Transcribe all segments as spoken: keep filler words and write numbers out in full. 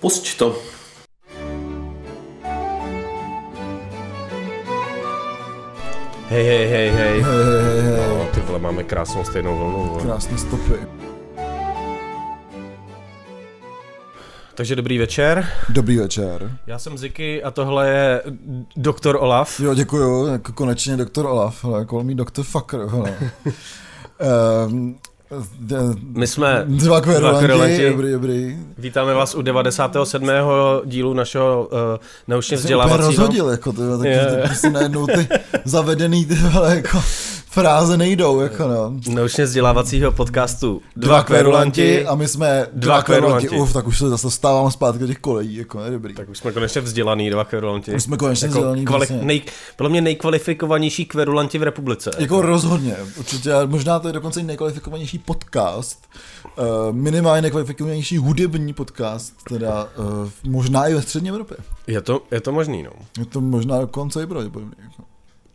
Pusť to. Hej, hej, hej, hej. Hej, hej, hej. No, ty vole, máme krásnou stejnou vlnu. Krásné stopy. Takže dobrý večer. Dobrý večer. Já jsem Ziky a tohle je doktor Olaf. Jo, děkuju, jako konečně doktor Olaf, hele, call me doktor Fucker, hele. um, My jsme dva kverulanti, dobrý, dobrý. Vítáme vás u devadesátého sedmého dílu našeho uh, naučně vzdělávacího. Jsi rozhodil, jako, tyhle, takže yeah. ty si najednou ty zavedený ty, ale jako fráze nejdou, jako no. Naučně vzdělávacího podcastu Dva, dva kverulanti. kverulanti a my jsme dva, dva kverulanti. Uf, tak už se zase stáváme zpátky do těch kolejí, jako ne, dobrý. Tak už jsme konečně vzdělaný dva kverulanti. Už jsme konečně jako vzdělaný. Kvali- nej, podle mě nejkvalifikovanější kverulanti v republice. Jako rozhodně, určitě, možná to je dokonce i nejkvalifikovanější podcast, uh, minimálně nejkvalifikovanější hudební podcast, teda uh, možná i ve střední Evropě. Je to, je to možný, no. Je to možná dokonce i pravděpodobně. Jako.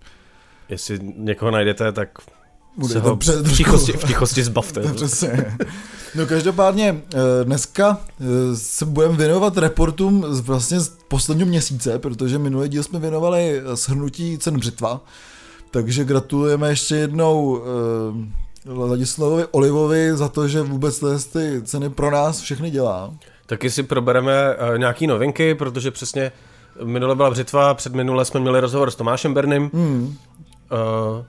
Jestli někoho najdete, tak Bude se to ho před, v, tichosti, v tichosti zbavte. Přesně. No každopádně dneska se budeme věnovat reportům vlastně z posledního měsíce, protože minulý díl jsme věnovali shrnutí cen břitva, takže gratulujeme ještě jednou Ladislavovi Olivovi za to, že vůbec ty ceny pro nás všechny dělá. Taky si probereme nějaký novinky, protože přesně minule byla břitva, před minule jsme měli rozhovor s Tomášem Bernym. Hmm. Uh,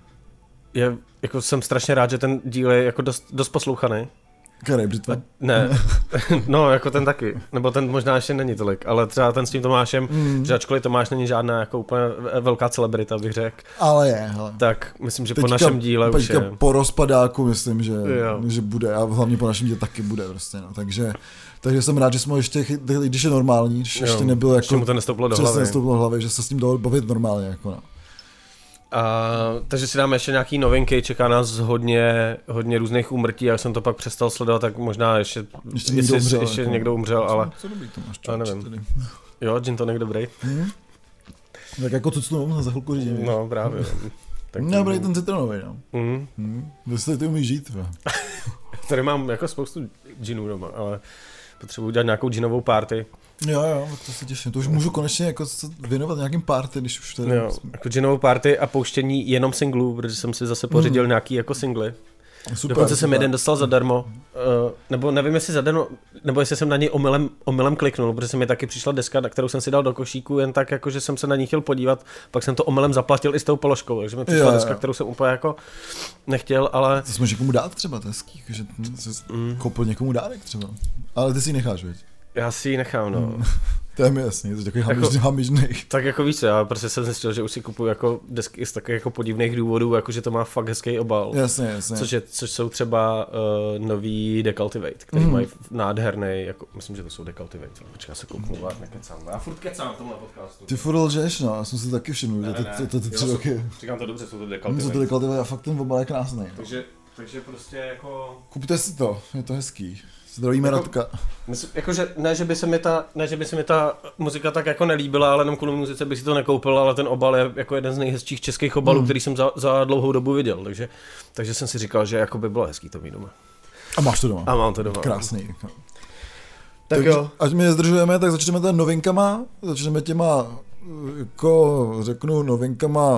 je, jako jsem strašně rád, že ten díl je jako dost, dost poslouchaný. Který břitva? Ne, no jako ten taky, nebo ten možná ještě není tolik, ale třeba ten s tím Tomášem, mm. že ačkoliv Tomáš není žádná jako úplně velká celebrita, bych řekl. Ale je, hele. Tak myslím, že teďka, po našem díle už je. po rozpadáku myslím, že, že bude a hlavně po našem díle taky bude prostě, no, takže... Takže jsem rád, že jsme ještě, když je normální, když jo, ještě nebylo jako... Ještě mu to nestoupilo do hlavy. nestoupilo do hlavy, že se s tím dalo bavit normálně, jako no. A, takže si dáme ještě nějaký novinky, čeká nás hodně, hodně různých úmrtí, jak jsem to pak přestal sledovat, tak možná ještě, ještě někdo umřel, ještě jako, někdo umřel, ale... Co dobrý to máš, já nevím. Tady. Jo, gin tonic dobrý. Hmm? Tak jako cucnu, za chvilku řídím. No právě. Tak dobrý ten citronový, no. Mm. Hmm. Jestli ty umíš žít, tady mám jako spoustu ginů doma, ale potřebuji udělat nějakou ginovou party. Jo, jo, to se těším. To už můžu konečně jako věnovat nějakým party, když už tady... Jo, jako ginovou party a pouštění jenom singlů, protože jsem si zase pořídil mm. nějaký jako singly. Super, Dokonce super. jsem jeden dostal zadarmo, uh, nebo nevím jestli zadarmo, nebo jestli jsem na něj omylem, omylem kliknul, protože se mi taky přišla deska, na kterou jsem si dal do košíku, jen tak jako, že jsem se na ní chtěl podívat, pak jsem to omylem zaplatil i s tou položkou, takže mi přišla jo, deska, jo. kterou jsem úplně jako nechtěl, ale... To jsme někomu dát třeba, to je hezký, že jsi mm. koupil někomu dárek třeba, ale ty si ji necháš, viď? Já si ji nechám, no. Mm. To je mi jasný, to je takový hamižný, jako, hamižný. Tak jako víc, já prostě jsem zjistil, že už si kupuju jako desky z takových jako podivných důvodů, jako že to má fakt hezký obal. Jasně, jasně. Což, je, což jsou třeba uh, nový Decultivate, který mm. mají nádherný, jako, myslím, že to jsou Decultivate. Počkej, já se kouknu, já nekecám. Já furt kecám v tomhle podcastu. Ty furt lžeš, no, já jsem si taky všiml, že to, to, ty tři roky. Říkám to dobře, jsou to Decultivate. Jsou to Decultivate a fakt ten obal je krásný. Takže, takže prostě jako... Kupte si to, je to hezký. Zdravíme jako, Radka. Myslím, jakože ne, že by se mi ta, ne, že by se mi ta muzika tak jako nelíbila, ale jenom kvůli muzice bych si to nekoupil, ale ten obal je jako jeden z nejhezčích českých obalů, mm. který jsem za, za dlouhou dobu viděl, takže, takže jsem si říkal, že jako by bylo hezký to mít doma. A máš to doma. A mám to doma. Krásný. Tak, tak jo. Ať my nezdržujeme, tak začneme tady novinkama, začneme těma, jako řeknu novinkama,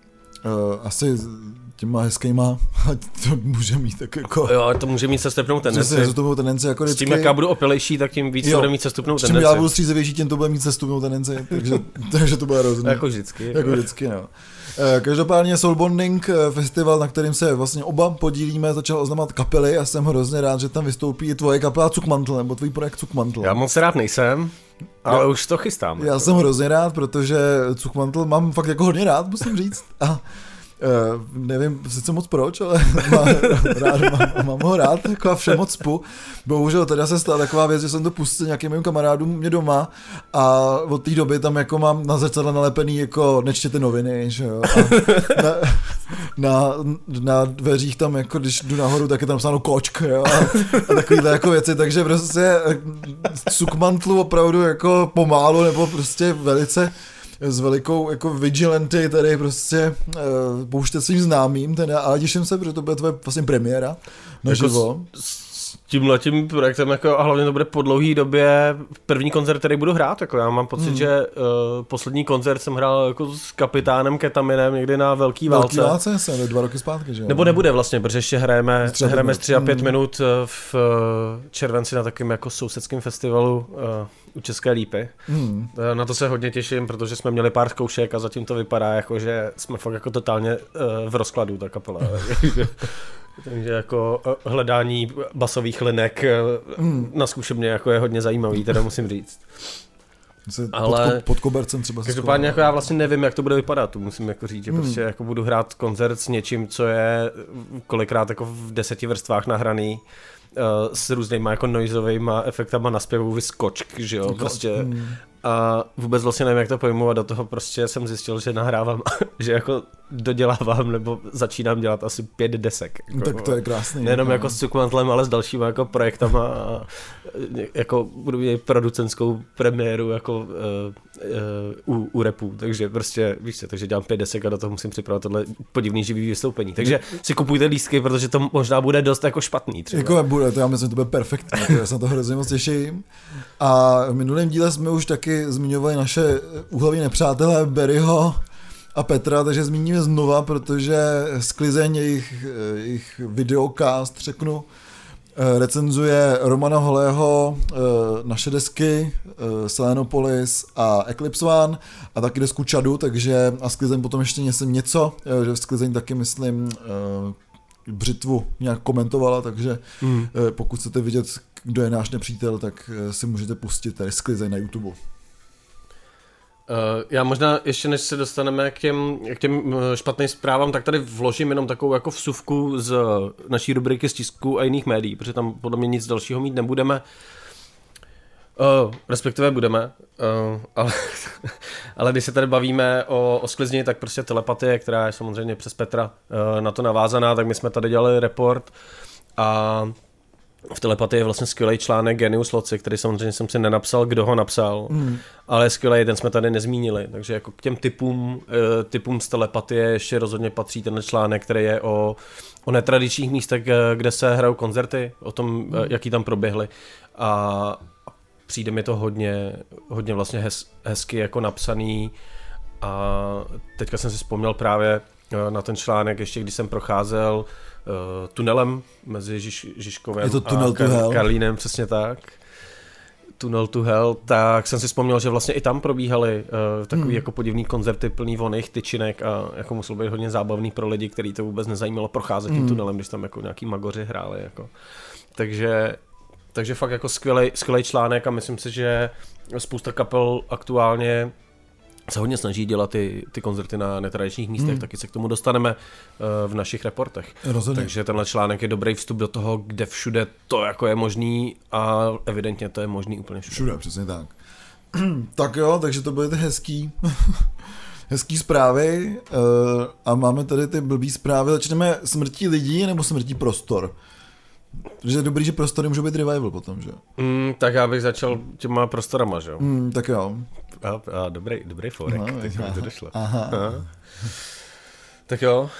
uh, asi... těma hezkýma, ať to může mít tak jako... Jo, to může mít sestupnou tendenci. Sestupnou tendenci jako vždycky. S tím, jak já budu opilejší, tak tím víc jo, to bude mít sestupnou tendenci. S čím já budu střízevější, tím to bude mít sestupnou tendenci, takže, takže to bude hrozný. Jako vždycky. Jako vždycky, no. Každopádně Soul Bonding festival, na kterým se vlastně oba podílíme, začal oznamovat kapely a jsem hrozně rád, že tam vystoupí tvoje kapela Cukmantl, nebo tvůj projekt Cukmantl. Já moc rád nejsem, ale já, už to chystám. Já jako. jsem hrozně rád, protože Cukmantl mám fakt jako hodně rád, musím říct. A Uh, nevím sice moc proč, ale má, rád, mám, mám ho rád, taková všemoc pu. Bohužel teda se stala taková věc, že jsem to pustil nějakým mým kamarádům mě doma a od té doby tam jako mám na zrcadle nalepený jako nečtěte noviny, že jo. A na, na, na dveřích tam jako když jdu nahoru, tak je tam psáno kočk, jo. A, a takovýhle jako věci, takže prostě Cukmantlu opravdu jako pomálu nebo prostě velice s velikou jako vigilanty tady prostě uh, pouštět svým známým teda, ale těším se, protože to bude tvoje vlastně premiéra naživo. Jako s tímhletím projektem jako, a hlavně to bude po dlouhé době první koncert, který budu hrát. Jako já mám pocit, hmm. že uh, poslední koncert jsem hrál jako s kapitánem Ketaminem někdy na Velký válce. Velký válce se dva roky zpátky, že jo? Nebo nebude vlastně, protože ještě hrajeme, hrajeme z tři a pět hmm. minut v červenci na takovém jako sousedském festivalu uh, u České Lípy. Hmm. Na to se hodně těším, protože jsme měli pár zkoušek a zatím to vypadá jako, že jsme fakt jako totálně uh, v rozkladu, ta kapela. Takže jako hledání basových linek mm. na zkušebně jako je hodně zajímavý, teda musím říct. Ale pod, pod kobercem třeba. Každopádně jako já vlastně nevím, jak to bude vypadat, tu musím jako říct, že mm. prostě jako budu hrát koncert s něčím, co je kolikrát jako v deseti vrstvách nahraný, uh, s různýma jako noizovejma efektama na zpěvu, vyskočk, že jo, prostě. Mm. A vůbec vlastně nevím, jak to pojmu a do toho prostě jsem zjistil, že nahrávám, že jako dodělávám nebo začínám dělat asi pět desek. Jako, tak to je krásný. Nejenom no. jako s Cukmantlem, ale s dalšíma jako projektama a jako budu mít producentskou premiéru jako uh, uh, u, u rapu, takže prostě víš co, takže dělám pět desek a do toho musím připravit tohle podivný živý vystoupení. Takže si kupujte lístky, protože to možná bude dost jako špatný. Třeba. Jako bude, to já myslím, že to bude perfektní, já se na to hrozně moc těším. A v minulém díle jsme už taky zmiňovali naše úhlavní nepřátelé Barryho a Petra, takže zmíníme znova, protože Sklizeň, jejich, jejich videocast, řeknu, recenzuje Romana Holého, naše desky, Selenopolis a Eclipse One a taky desku Čadu, takže a Sklizeň potom ještě něco, že Sklizeň taky myslím Břitvu nějak komentovala, takže hmm. pokud chcete vidět, kdo je náš nepřítel, tak si můžete pustit tady Sklizeň na YouTube. Uh, já možná ještě než se dostaneme k těm, k těm špatným zprávám, tak tady vložím jenom takovou jako vsuvku z naší rubriky z tisku a jiných médií, protože tam podle mě nic dalšího mít nebudeme. Uh, respektive budeme, uh, ale, ale když se tady bavíme o, o Sklizni, tak prostě telepatie, která je samozřejmě přes Petra uh, na to navázaná, tak my jsme tady dělali report a v telepatii je vlastně skvělý článek Genius Loci, který samozřejmě jsem si nenapsal, kdo ho napsal, mm. ale skvělý, ten jsme tady nezmínili, takže jako k těm typům, typům z telepatie ještě rozhodně patří ten článek, který je o, o netradičních místech, kde se hrajou koncerty, o tom, mm. jaký tam proběhly a přijde mi to hodně, hodně vlastně hez, hezky jako napsaný a teďka jsem si vzpomněl právě na ten článek, ještě když jsem procházel uh, tunelem mezi Žiž, Žižkovem a Kar- Karlínem, přesně tak. Tunel to Hell, tak jsem si vzpomněl, že vlastně i tam probíhaly uh, takový hmm. jako podivný koncerty plný voných tyčinek a jako muselo být hodně zábavný pro lidi, který to vůbec nezajímalo procházet tím hmm. tunelem, když tam jako nějaký magoři hráli. Jako. Takže, takže fakt jako skvělej, skvělej článek a myslím si, že spousta kapel aktuálně se hodně snaží dělat ty, ty koncerty na netradičních místech, hmm. taky se k tomu dostaneme uh, v našich reportech. Rozhodně. Takže tenhle článek je dobrý vstup do toho, kde všude to jako je možný a evidentně to je možný úplně všude. Všude, přesně tak. Tak jo, takže to byly ty hezký, hezký zprávy uh, a máme tady ty blbý zprávy. Začneme smrtí lidí nebo smrtí prostor? Protože je dobrý, že prostory můžou být revival potom, že? Mm, tak já bych začal těma prostorama, že jo? Mm, tak jo. A, a dobrý, dobrý forek, no, teď mi to došlo. Aha. Aha. Tak jo.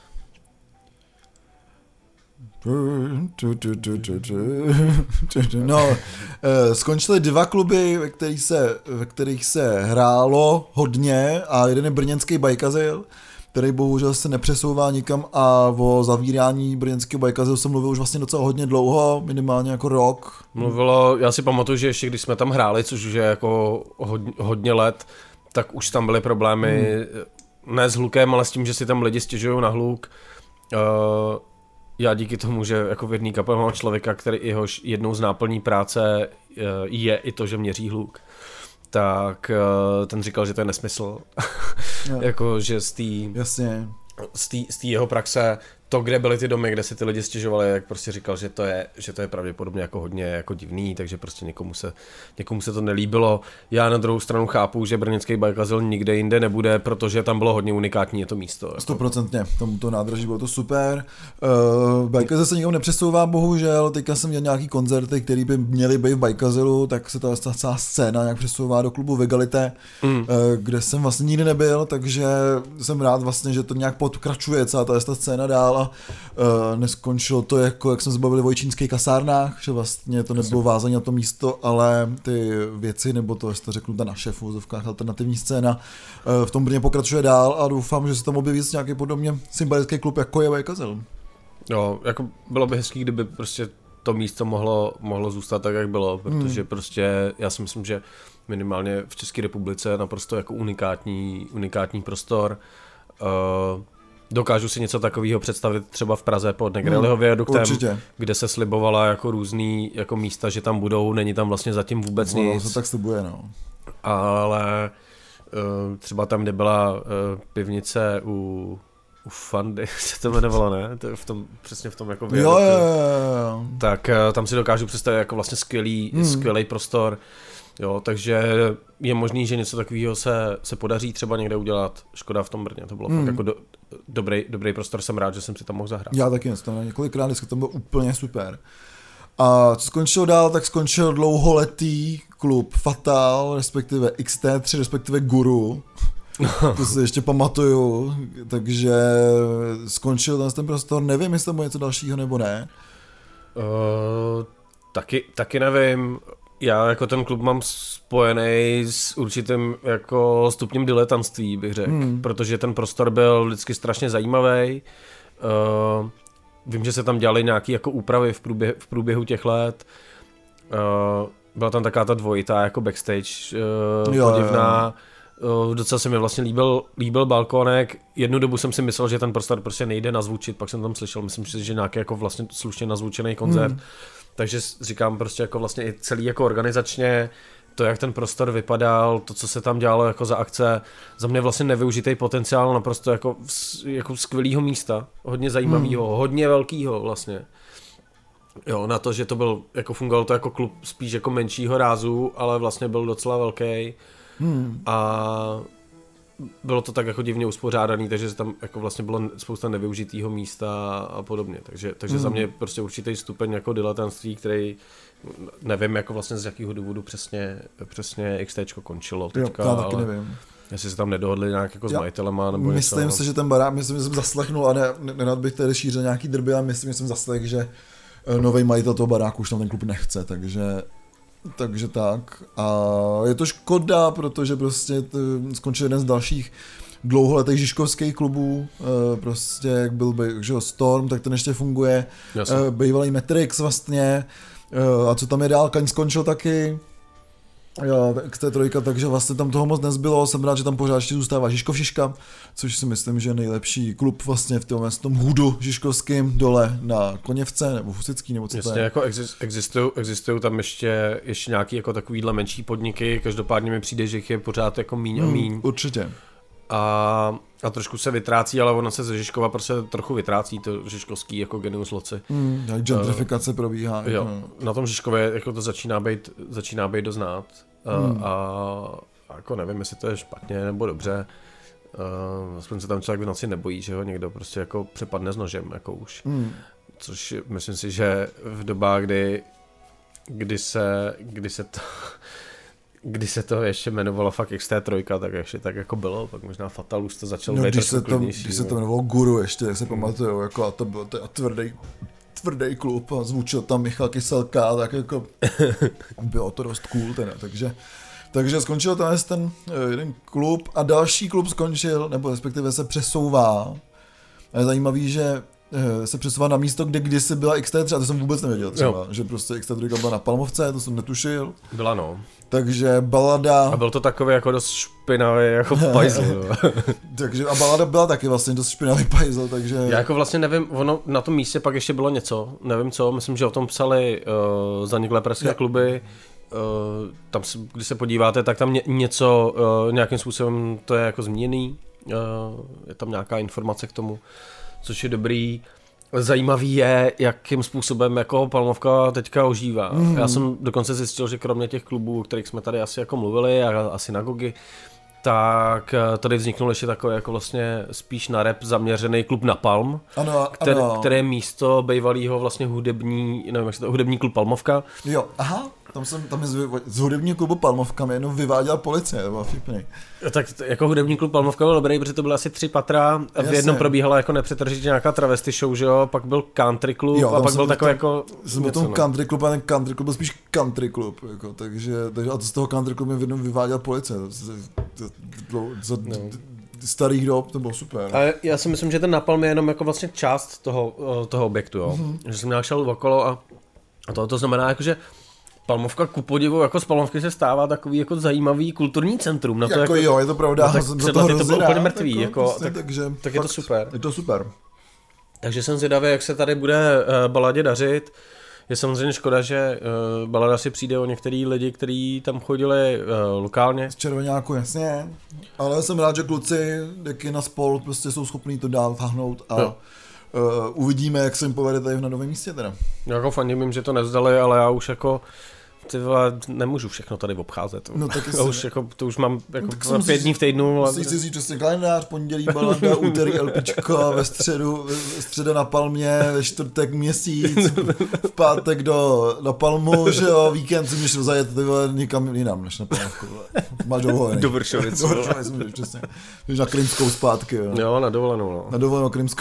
No, skončily dva kluby, ve kterých se, ve kterých se hrálo hodně a jeden je brněnský Bajkazel, který bohužel se nepřesouvá nikam a o zavírání brněnského Bajkazilu se mluvil už vlastně docela hodně dlouho, minimálně jako rok. Mluvilo, já si pamatuju, že ještě když jsme tam hráli, což už je jako hodně, hodně let, tak už tam byly problémy hmm. ne s hlukem, ale s tím, že si tam lidi stěžují na hluk. Uh, já díky tomu, že jako v jedné kapele mám člověka, který jehož jednou z náplní práce uh, je i to, že měří hluk, tak uh, ten říkal, že to je nesmysl. Jako, že z té Jasně. z té jeho praxe, to, kde byly ty domy, kde si ty lidi stěžovali, jak prostě říkal, že to je, že to je pravděpodobně jako hodně jako divný, takže prostě někomu se, někomu se to nelíbilo. Já na druhou stranu chápu, že brněnský Bajkazel nikde jinde nebude, protože tam bylo hodně unikátní je to místo. Stoprocentně, jako. Tomuto nádraží bylo to super. Uh, Bajkazel se nikam nepřesouvá, bohužel, teďka jsem měl nějaký koncerty, které by měly být v Bajkazelu, tak se ta, ta celá scéna nějak přesouvá do klubu Vegalite, mm. uh, kde jsem vlastně nikdy nebyl, takže jsem rád vlastně, že to nějak pokračuje celá ta, ta scéna dál a uh, neskončilo to jako, jak jsme se bavili o čínských kasárnách, že vlastně to nebylo vázané na to místo, ale ty věci, nebo to, jestli to řeknu, ta naše v úzovkách alternativní scéna uh, v tom Brně pokračuje dál a doufám, že se tam objeví nějaký podobně symbolický klub, jako je Vejkazel. Jo, jako bylo by hezký, kdyby prostě to místo mohlo, mohlo zůstat tak, jak bylo, protože hmm. prostě já si myslím, že minimálně v České republice je naprosto jako unikátní, unikátní prostor. Uh, dokážu si něco takového představit třeba v Praze pod Negrelliho hmm, viaduktem, určitě. Kde se slibovala jako různý jako místa, že tam budou, není tam vlastně zatím vůbec no, nic. Se tak slibuje, no. Ale uh, třeba tam, kde byla uh, pivnice u u Fandy se to jmenovalo, ne? To v tom, přesně v tom jako viaduktu. Jo, jo, jo. Tak uh, tam si dokážu představit jako vlastně skvělý, hmm. skvělý prostor. Jo, takže je možný, že něco takového se, se podaří třeba někde udělat. Škoda v tom Brně, to bylo hmm. fakt jako do, dobrý, dobrý prostor, jsem rád, že jsem si tam mohl zahrát. Já taky, tam několikrát dneska to bylo úplně super. A co skončilo dál, tak skončil dlouholetý klub Fatal, respektive X T tři, respektive Guru. To si ještě pamatuju, takže skončil ten, ten prostor, nevím, jestli mu něco dalšího nebo ne. Uh, taky, taky nevím. Já jako ten klub mám spojený s určitým jako stupněm diletantství, bych řekl, hmm. protože ten prostor byl vždycky strašně zajímavý. Uh, vím, že se tam dělaly nějaké jako úpravy v průběhu, v průběhu těch let. Uh, byla tam taková ta dvojitá jako backstage uh, jo, podivná. Jo. Uh, docela se mi vlastně líbil, líbil balkónek. Jednu dobu jsem si myslel, že ten prostor prostě nejde nazvučit, pak jsem tam slyšel, myslím si, že nějaký jako vlastně slušně nazvučený koncert. Hmm. Takže říkám prostě jako vlastně i celý jako organizačně, to jak ten prostor vypadal, to co se tam dělalo jako za akce, za mě vlastně nevyužitý potenciál naprosto jako, jako skvělýho místa, hodně zajímavýho, hmm. hodně velkýho vlastně. Jo, na to, že to byl, jako fungoval to jako klub spíš jako menšího rázu, ale vlastně byl docela velký hmm. a bylo to tak jako divně uspořádaný, takže tam jako vlastně bylo spousta nevyužitýho místa a podobně, takže, takže mm. za mě prostě určitý stupeň jako diletantství, který nevím jako vlastně z jakého důvodu přesně, přesně XTčko končilo teďka, jo, já taky nevím. Jestli se tam nedohodli nějak jako s majitelema nebo myslím něco. Si, že ten barák, myslím, že jsem zaslechnul a ne, nerad bych tady šířil nějaký drby, ale myslím, že jsem zaslechl, že nový majitel toho baráku už tam ten klub nechce, takže Takže tak. A je to škoda, protože prostě skončil jeden z dalších dlouholetých žižkovských klubů, prostě jak byl že jo, Storm, tak ten ještě funguje, Jasně. Bývalý Matrix vlastně, a co tam je dál, Kaň skončil taky, jo, X T tři, takže vlastně tam toho moc nezbylo, jsem rád, že tam pořád ještě zůstává Žižkov Šiška, což si myslím, že je nejlepší klub vlastně v tom, v tom hudu žižkovským dole na Koněvce, nebo Husický, nebo co Jasně, to je. Jako existují, existují tam ještě, ještě nějaký jako takovýhle menší podniky, každopádně mi přijde, že jich je pořád jako míň a míň. Hmm, určitě. A, a trošku se vytrácí, ale ono se ze Žižkova prostě trochu vytrácí, to žižkovský jako genius loci. Hmm, gentrifikace uh, probíhá. Jo, no. Na tom Žižkově jako to začíná být, začíná být doznát. Hmm. Uh, a, a jako nevím, jestli to je špatně nebo dobře. Uh, aspoň se tam člověk v noci nebojí, že ho někdo prostě jako přepadne s nožem, jako už. Hmm. Což myslím si, že v dobách, kdy, kdy se, kdy se to... Kdy se to ještě jmenovalo fakt X T tři, tak ještě tak jako bylo, pak možná Fatal už to začal no, být když se to, když se to jmenovalo Guru ještě, jak se hmm. pamatuju, jako a to byl to tvrdý, tvrdý klub a zvučil tam Michal Kyselka, tak jako bylo to dost cool teda, takže takže skončil tam ten jeden klub a další klub skončil, nebo respektive se přesouvá. A je zajímavý, že se přesouvá na místo, kde kdysi byla X T tři, a to jsem vůbec nevěděl třeba, jo. Že prostě X T tři byla na Palmovce, to jsem netušil. Byla no. Takže balada... A byl to takový jako dost špinavý jako pajzl. Takže a balada byla taky vlastně dost špinavý pajzl, takže... Já jako vlastně nevím, ono na tom místě pak ještě bylo něco, nevím co, myslím, že o tom psali uh, zaniklé pražské kluby. Uh, tam, když se podíváte, tak tam ně, něco uh, nějakým způsobem to je jako změněný. Uh, je tam nějaká informace k tomu, což je dobrý. Zajímavý je, jakým způsobem jako Palmovka teďka ožívá. Mm. Já jsem dokonce zjistil, že kromě těch klubů, o kterých jsme tady asi jako mluvili, a asi synagogy, tak tady vzniknul ještě takový jako vlastně spíš na rap zaměřený klub Napalm, ano, který, ano. které je místo bývalého vlastně hudební, nevím jak se to, hudební klub Palmovka. Jo, aha, tam jsem, tam je z, z hudebního klubu Palmovka mě jenom vyváděla policie, to bylo vtipný. Tak jako hudební klub Palmovka byl dobrý, protože to bylo asi tři patra a v Jasně. jednom probíhala jako nepřetržitě nějaká travesty show, že jo, pak byl country klub jo, a pak byl takový jako... Jsem byl tom country klub a ten country klub byl spíš country klub, jako, takže, takže a to z toho country klubu mě v jednom vyváděla policie, to, to, to, to, to, no. starých dob, to bylo super. A já si myslím, že ten Napalm je jenom jako vlastně část toho, toho objektu, jo, mm-hmm. že jsem nějak šel okolo a, a to, to znamená jako, že Palmovka ku podivu, jako z Palmovky se stává takový jako zajímavý kulturní centrum. Na to jako, jako jo, je to pravda. No, tak před lety to bylo úplně mrtvý, jako, prostě, tak, takže tak je to super. Je to super. Takže jsem zvědavý, jak se tady bude uh, baladě dařit. Je samozřejmě škoda, že uh, balada si přijde o některý lidi, kteří tam chodili uh, lokálně. Z Červeňáku, jasně. Ale jsem rád, že kluci, Deky na spol, prostě jsou schopní to dál tahnout a no. uh, uvidíme, jak se jim povede tady na novém místě teda. Jako fandím, že to nevzdali, ale já už jako ty vole, nemůžu všechno tady obcházet. No, tak já už, jako, to už mám jako no, pět dní v týdnu. Musíš si říct přesně kalendář, pondělí balada, úterý LPčko, ve středu, ve středu na Palmě, ve čtvrtek měsíc, v pátek do, do Palmu, že jo, víkend si můžeš zajet ty vole někam jinam, než na Palmovku. Máš dovolený. Do Vršovic. Do Vršovic, můžeš přesně. Můžeš na Krymskou zpátky. Jo, jo na dovolenou. No. Na dovolenou Krymskou.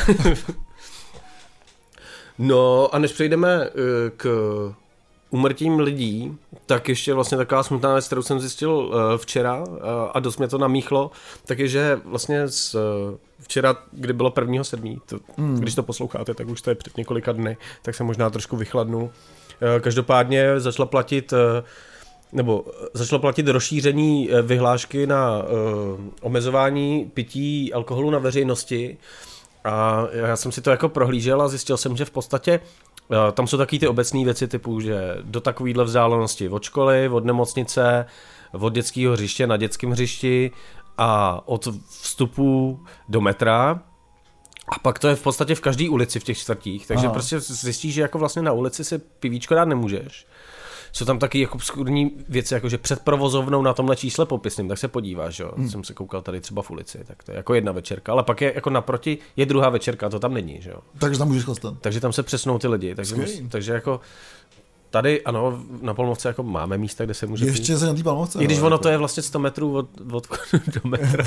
No a než přejdeme uh, k úmrtím lidí, tak ještě vlastně taková smutná věc, kterou jsem zjistil uh, včera uh, a dost mě to namíchlo, tak je, že vlastně z, uh, včera, kdy bylo prvního sedmého to, mm. když to posloucháte, tak už to je před několika dny, tak jsem možná trošku vychladnul. Uh, každopádně začala platit, uh, nebo začalo platit rozšíření uh, vyhlášky na uh, omezování pití alkoholu na veřejnosti a já jsem si to jako prohlížel a zjistil jsem, že v podstatě tam jsou taky ty obecné věci typu, že do takovýhle vzdálenosti od školy, od nemocnice, od dětského hřiště na dětském hřišti a od vstupu do metra. A pak to je v podstatě v každé ulici v těch čtvrtích, takže Aha. prostě zjistíš, že jako vlastně na ulici si pivíčko dát nemůžeš. Jsou tam taky jako obskurní věci, jako že před provozovnou na tomhle čísle popisným, tak se podíváš, jo. Hmm. Jsem se koukal tady třeba v ulici, tak to je jako jedna večerka, ale pak je jako naproti je druhá večerka, to tam není, že jo. Takže tam můžeš chlastat. Takže tam se přesnou ty lidi, takže, mus, takže jako tady, ano, na Palmovce jako máme místa, kde se může ještě se na té Palmovce. I když ale ono jako... to je vlastně sto metrů od, od do metra.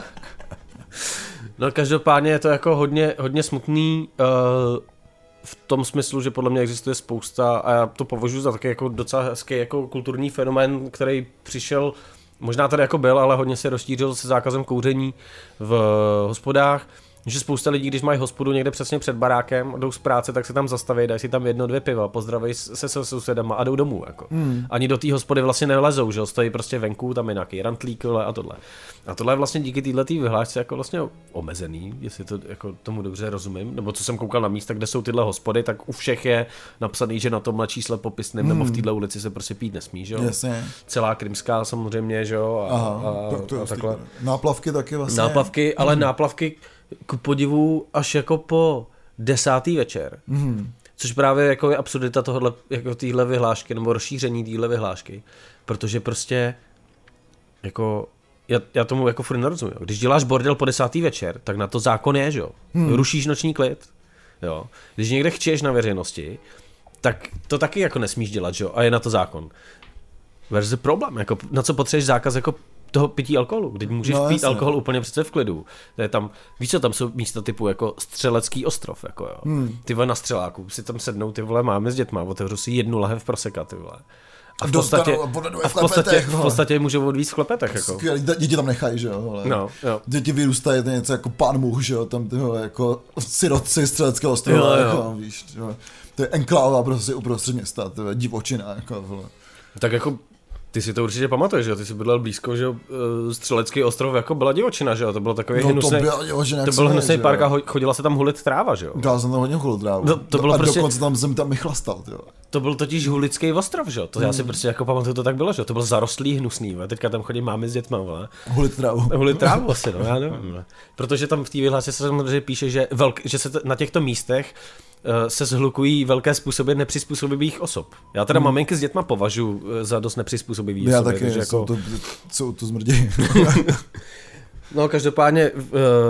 No každopádně je to jako hodně, hodně smutný, uh, v tom smyslu, že podle mě existuje spousta a já to považuji za taky jako docela hezký jako kulturní fenomén, který přišel, možná tady jako byl, ale hodně se rozšířil se zákazem kouření v hospodách, že spousta lidí, když mají hospodu někde přesně před barákem, jdou z práce, tak se tam zastaví, dají si tam jedno, dvě piva, pozdraví se se sousedama a jdou domů. Jako. Hmm. Ani do té hospody vlastně nevlezou, že stojí prostě venku, tam je nějaký rantlík a tohle. A tohle je vlastně díky této vyhlášce jako vlastně omezený, jestli to jako tomu dobře rozumím, nebo co jsem koukal na místa, kde jsou tyhle hospody, tak u všech je napsaný, že na tomhle čísle popisném hmm. nebo v této ulici se prostě pít nesmí, že jo. Jasně. Celá Krymská samozřejmě, že jo. A, Aha, a, to, to a takhle. Náplavky taky vlastně. Náplavky, ale hmm. náplavky k podivu až jako po desátý večer. Mm. Což právě jako je absurdita tohohle, jako téhle vyhlášky, nebo rozšíření téhle vyhlášky. Protože prostě jako já, já tomu jako furt nerozumím. Když děláš bordel po desátý večer, tak na to zákon je, že jo. Mm. Rušíš noční klid. Jo. Když někde chčeš na veřejnosti, tak to taky jako nesmíš dělat, že jo. A je na to zákon. Where's the problém? Jako, na co potřebuješ zákaz jako toho pití alkoholu, když můžeš no, pít jasně. alkohol úplně přece v klidu. To je tam, víš co, tam jsou místa typu jako Střelecký ostrov, jako jo. Hmm. Ty vole na Střeláku, si tam sednou, ty vole máme s dětma, otevřu si jednu lahev proseka, ty vole. A v podstatě, a v podstatě, v podstatě můžou odvíct v klepetech, jako. Skvělý, děti tam nechají, že jo, vole. No, jo. Děti vyrůstají, to je něco jako pán muž, že jo, tam ty vole, jako sirotci Střeleckého ostrova, jo, jo. Jako, víš, jo. To je enkláva prostě uprostřed města, to je divočina, jako, vole. Tak jako ty si to určitě pamatuješ, že jo? Ty jsi bydlel blízko, že jo? Střelecký ostrov jako byla divočina, že jo? To bylo takový no, hnusný. To byl divočina, to byl hnusný park a chodila se tam hulit tráva, že jo? Dál jsem tam hodně hulit trávu. No, to bylo a prostě... dokonce tam jsem tam i chlastal, jo. To byl totiž Hulický ostrov, že? To hmm. já si prostě jako pamatuju, to tak bylo, že? To byl zarostlý, hnusný, a teďka tam chodí mámy s dětma, vole. Hulit trávu. Hulit trávu asi, no, já nevím. Ne. Protože tam v té vyhlášce se samozřejmě píše, že, velk, že se t- na těchto místech uh, se zhlukují velké způsoby nepřizpůsobivých osob. Já teda hmm. maminky s dětma považuji za dost nepřizpůsobivý já osoby. Já taky, jako... jsou, to, jsou to zmrdí. No, každopádně uh,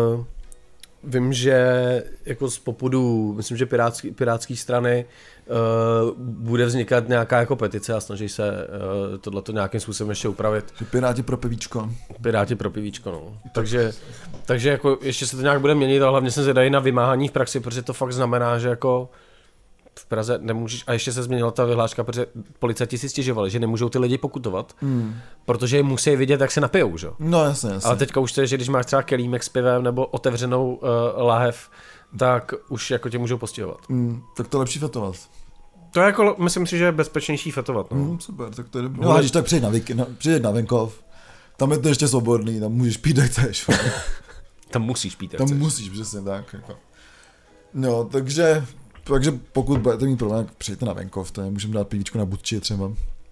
vím, že jako z popudu, myslím, že pirátský, pirátský strany uh, bude vznikat nějaká jako petice a snaží se uh, tohleto nějakým způsobem ještě upravit. Že Piráti pro pivíčko. Piráti pro pivíčko, no. Takže, takže jako ještě se to nějak bude měnit, ale hlavně se zadají na vymáhání v praxi, protože to fakt znamená, že jako v Praze nemůžeš, a ještě se změnila ta vyhláška, protože policajti si stěžovali, že nemůžou ty lidi pokutovat, mm. protože musí vidět, jak se napijou, že? No jasně, jasně. Ale teďka už to je, že když máš třeba kelímek s pivem nebo otevřenou uh, lahev, tak už jako tě můžou postihovat. Mm, tak to lepší fetovat. To je jako, myslím si, že je bezpečnější fetovat. No. Mm, super, tak to je dobré. No, když tak přijď na, na, přijď na venkov, tam je to ještě svobodný, tam můžeš pít, jak chceš. Tam musíš pít, jak tam chceš. musíš, přesně tak. Jako. No, takže... Takže pokud budete mít problém, přijďte na venkov, to můžeme dát pivíčko na Budči třeba.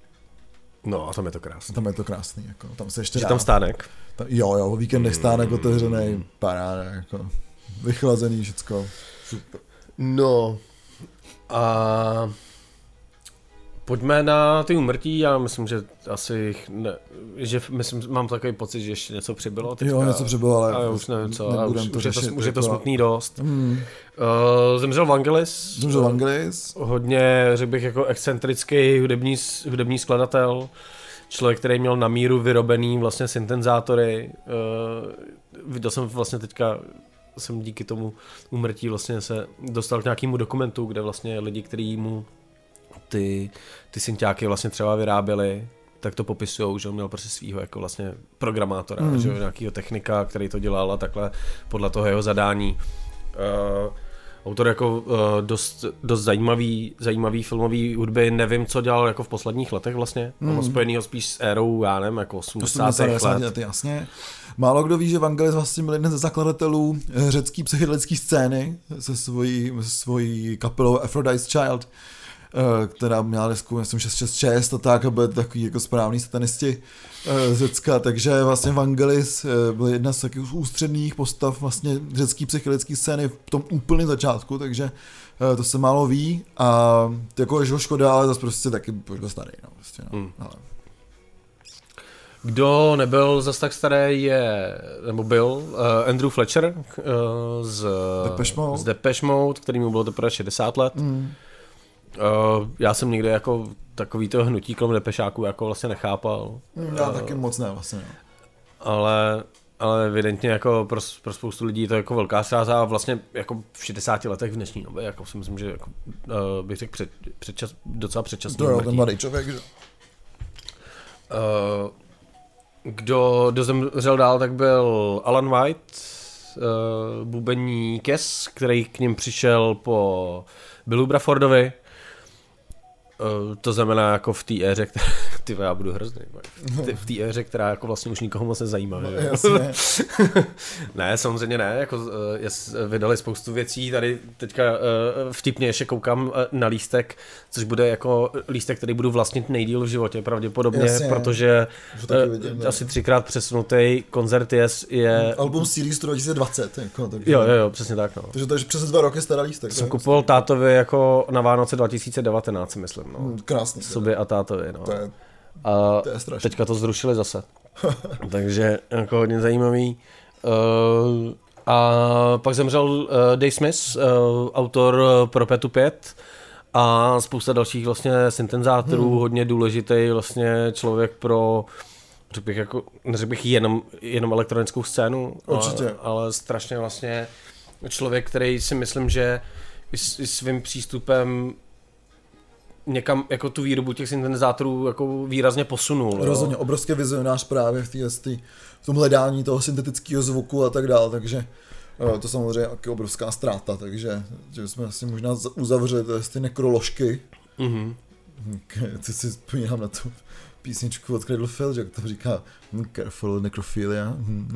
No a tam je to krásný. Tam je to krásný, jako, tam se ještě Že dá. tam stánek? Tam, jo, jo, o víkendech stánek otevřený, paráda, jako, vychlazený, všecko, super. No a pojďme na ty úmrtí, já myslím, že asi, ne, že myslím, mám takový pocit, že ještě něco přibylo teďka. Jo, něco přibylo, ale... A už nevím co, a už, to už, je to, řešit, už je to jako... smutný dost. Hmm. Uh, zemřel Vangelis. Zemřel Vangelis. Hodně, řekl bych, jako excentrický hudební, hudební skladatel. Člověk, který měl na míru vyrobený vlastně syntezátory. Uh, viděl jsem vlastně teďka, jsem díky tomu úmrtí vlastně se dostal k nějakému dokumentu, kde vlastně lidi, kteří mu ty, ty synťáky vlastně třeba vyráběli, tak to popisujou, že on měl prostě svýho jako vlastně programátora, mm. že nějakýho technika, který to dělal a takhle podle toho jeho zadání. Uh, autor jako uh, dost, dost zajímavý, zajímavý filmový hudby, nevím, co dělal jako v posledních letech vlastně, mm. ono spojenýho spíš s érou, já nevím, jako osmdesátých let. Jasně. Málo kdo ví, že Vangelis vlastně byl jeden ze zakladatelů řecké psychedelické scény se svojí, se svojí kapelou Aphrodite's Child, která měla desku, myslím, šest šest šest a tak, a byli takový jako správný satanisti z Řecka, takže vlastně Vangelis byl jedna z takových ústředních postav vlastně řecké psychedelické scény v tom úplném začátku, takže to se málo ví a jako je škoda, ale zase prostě taky už byl starý, no, prostě, no. Hmm. Ale. Kdo nebyl zas tak starý je, nebo byl, uh, Andrew Fletcher uh, z Depeche Mode, z Depeche Mode, který mu bylo teprve šedesát let. Hmm. Uh, já jsem nikdy jako takový to hnutí kolem Depešáků jako vlastně nechápal. Já uh, taky moc ne vlastně. No. Ale, ale evidentně jako pro, pro spoustu lidí to je jako velká ztráta a vlastně jako v šedesáti letech v dnešní době, jako si myslím, že jako, uh, bych řekl před, předčas, docela předčasný. To je ten mladý člověk, že? Uh, kdo, kdo zemřel dál, tak byl Alan White, uh, bubeník Kes, který k ním přišel po Billu Bruffordovi. Uh, to znamená jako v té éře, která, ty já budu hrozný, v té éře, která jako vlastně už nikoho moc nezajímá. No, jasně. Ne, samozřejmě ne, jako uh, jes, vydali spoustu věcí, tady teďka uh, vtipně ještě koukám uh, na lístek, což bude jako lístek, který budu vlastnit nejdýl v životě pravděpodobně, jasně, protože uh, vidím, asi třikrát přesunutý koncert je... je... Album Series dva tisíce dvacet. Jako, takže... Jo, jo, jo, přesně tak. No. Takže to je přes dva roky starý lístek. Jsem kupoval tátovi jako na Vánoce dva tisíce devatenáct, myslím. No. Krásný. Sobě a tátovi, no. To je, a to je strašný. Teďka to zrušili zase. Takže jako hodně zajímavý. Uh, a pak zemřel uh, Dave Smith, uh, autor uh, Propetu pět a spousta dalších vlastně syntezátorů, hmm. hodně důležitý vlastně člověk pro, řekl bych, jako, neřekl bych jenom, jenom elektronickou scénu, určitě. Ale, ale strašně vlastně člověk, který si myslím, že i svým přístupem někam jako tu výrobu těch syntezátorů jako výrazně posunul. Rozhodně, obrovský vizionář právě v, tý, v tom hledání toho syntetického zvuku a tak dále, takže to samozřejmě je obrovská ztráta, takže že jsme asi možná uzavřeli ty nekroložky. Mm-hmm. Ty si vzpomínám na tu písničku od Cradle Fills, jak tam říká Careful necrophilia.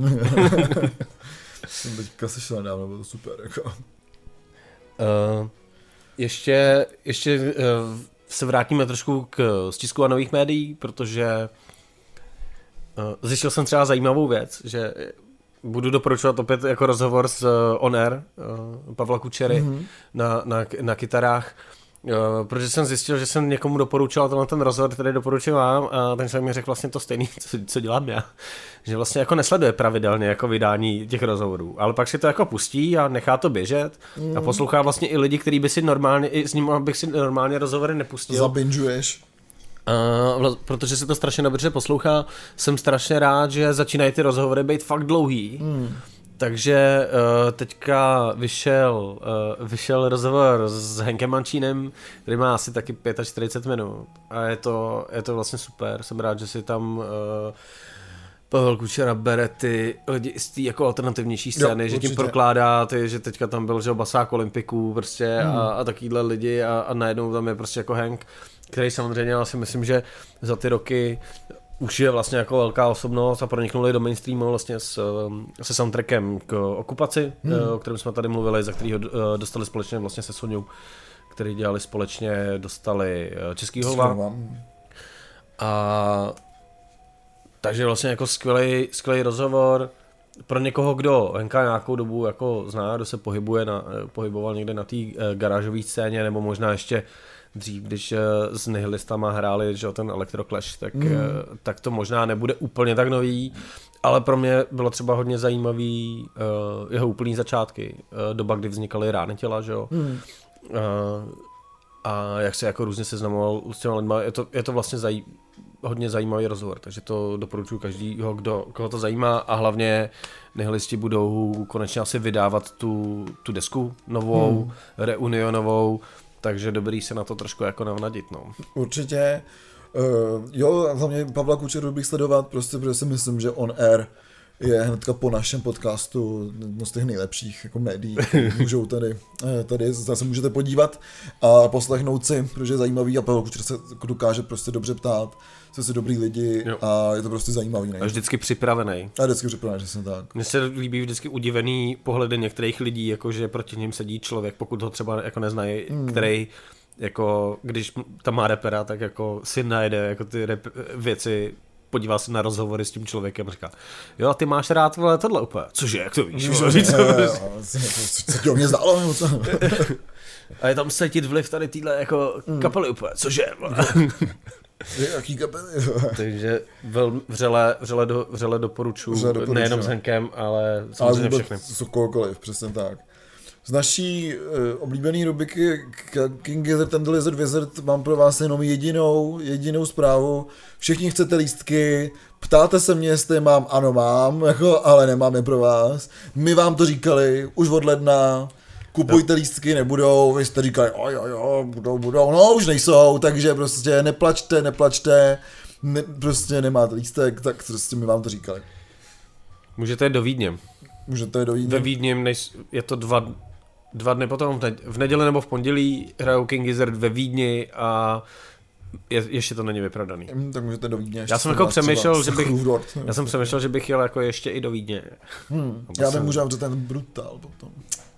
Jsem teďka slyšel nedávno, bylo to super. Jako. Uh, ještě, ještě uh, se vrátíme trošku k stisku a nových médií, protože uh, zjistil jsem třeba zajímavou věc, že budu doporučovat opět jako rozhovor s uh, On Air uh, Pavla Kučery mm-hmm. na, na, na kytarách, uh, protože jsem zjistil, že jsem někomu doporučoval tenhle ten rozhovor, který doporučuji vám, a ten člověk mi řekl vlastně to stejný, co, co dělám já. Že vlastně jako nesleduje pravidelně jako vydání těch rozhovorů, ale pak si to jako pustí a nechá to běžet mm. a poslouchá vlastně i lidi, který by si normálně, i s ním bych si normálně rozhovory nepustil. Zabinžuješ. Uh, protože se to strašně dobře poslouchá, jsem strašně rád, že začínají ty rozhovory být fakt dlouhý. Mm. Takže uh, teďka vyšel, uh, vyšel rozhovor s Henkem Mančínem, který má asi taky čtyřicet pět minut a je to, je to vlastně super, jsem rád, že si tam uh, Pavel Kučera bere ty lidi z té jako alternativnější scény, jo, že tím prokládá ty, že teďka tam byl, že basák olympiků prostě mm. a, a takovýhle lidi a, a najednou tam je prostě jako Henk, který samozřejmě, já si myslím, že za ty roky už je vlastně jako velká osobnost a proniknuli do mainstreamu vlastně s, se soundtrackem k Okupaci, hmm. o kterém jsme tady mluvili, za kterýho dostali společně vlastně se Soňou, který dělali společně, dostali Český holva. A takže vlastně jako skvělý, skvělý rozhovor pro někoho, kdo Henka nějakou dobu jako zná, kdo se pohybuje na, pohyboval někde na té garážové scéně, nebo možná ještě dřív, když s Nihilistama hráli, že ten Electro Clash, tak, mm. tak to možná nebude úplně tak nový, ale pro mě bylo třeba hodně zajímavý uh, jeho úplný začátky, uh, doba, kdy vznikaly Rány těla, že jo. Mm. Uh, a jak se jako různě seznamoval s těma lidma, je to, je to vlastně zaj, hodně zajímavý rozhovor, takže to doporučuji každýho, kdo, koho to zajímá a hlavně Nihilisti budou konečně asi vydávat tu, tu desku novou, mm. reunionovou, takže dobrý se na to trošku jako navnadit, no. Určitě. Uh, jo, hlavně Pavla Kučeru bych sledovat, prostě protože si myslím, že On Air je hnedka po našem podcastu jedno z těch nejlepších jako médií, můžou tady, tady zase můžete podívat a poslechnout si, protože je zajímavý a Pavel Kučer se dokáže prostě dobře ptát, jsou si dobrý lidi, jo. A je to prostě zajímavý. Ne? A vždycky připravený. A vždycky připravený, že jsem tak. Mně se líbí vždycky udivený pohledy některých lidí, jakože proti ním sedí člověk, pokud ho třeba jako neznají, hmm. který jako, když tam má repera, tak jako si najde jako ty rep- věci, podívá se na rozhovory s tím člověkem a říká, jo, ty máš rád vole, tohle úplně, cože, jak to víš? No, říct, co ti o mě zdálo, nebo co? A je tam cítit vliv tady týhle jako mm. kapely úplně, cože? Jaký kapely? Takže velmi vřele, vřele, do, vřele doporučuji, doporučuji, nejenom s Henkem, ale samozřejmě všechny. Ale kohokoliv, přesně tak. Z naší uh, oblíbené rubriky King Gizzard and the Lizard Wizard mám pro vás jenom jedinou, jedinou zprávu. Všichni chcete lístky, ptáte se mě, jestli mám, ano mám, jako, ale nemám je pro vás. My vám to říkali už od ledna, kupujte no. lístky, nebudou, vy jste říkali, jo, jo, jo, budou, budou, no už nejsou, takže prostě neplačte, neplačte, ne, prostě nemáte lístek, tak prostě my vám to říkali. Můžete jít do Vídně. Můžete jít do Vídně. Ve Vídně je to dva... Dva dny potom, v neděli nebo v pondělí, hrajou King Gizzard ve Vídni a je, ještě to není vyprodaný. Mm, tak můžete do Vídně. Já jsem jako přemýšlel, že bych, já jsem přemýšlel, že bych jel jako ještě i do Vídně. Hmm, já jsem... nemůžu, protože ten brutál potom.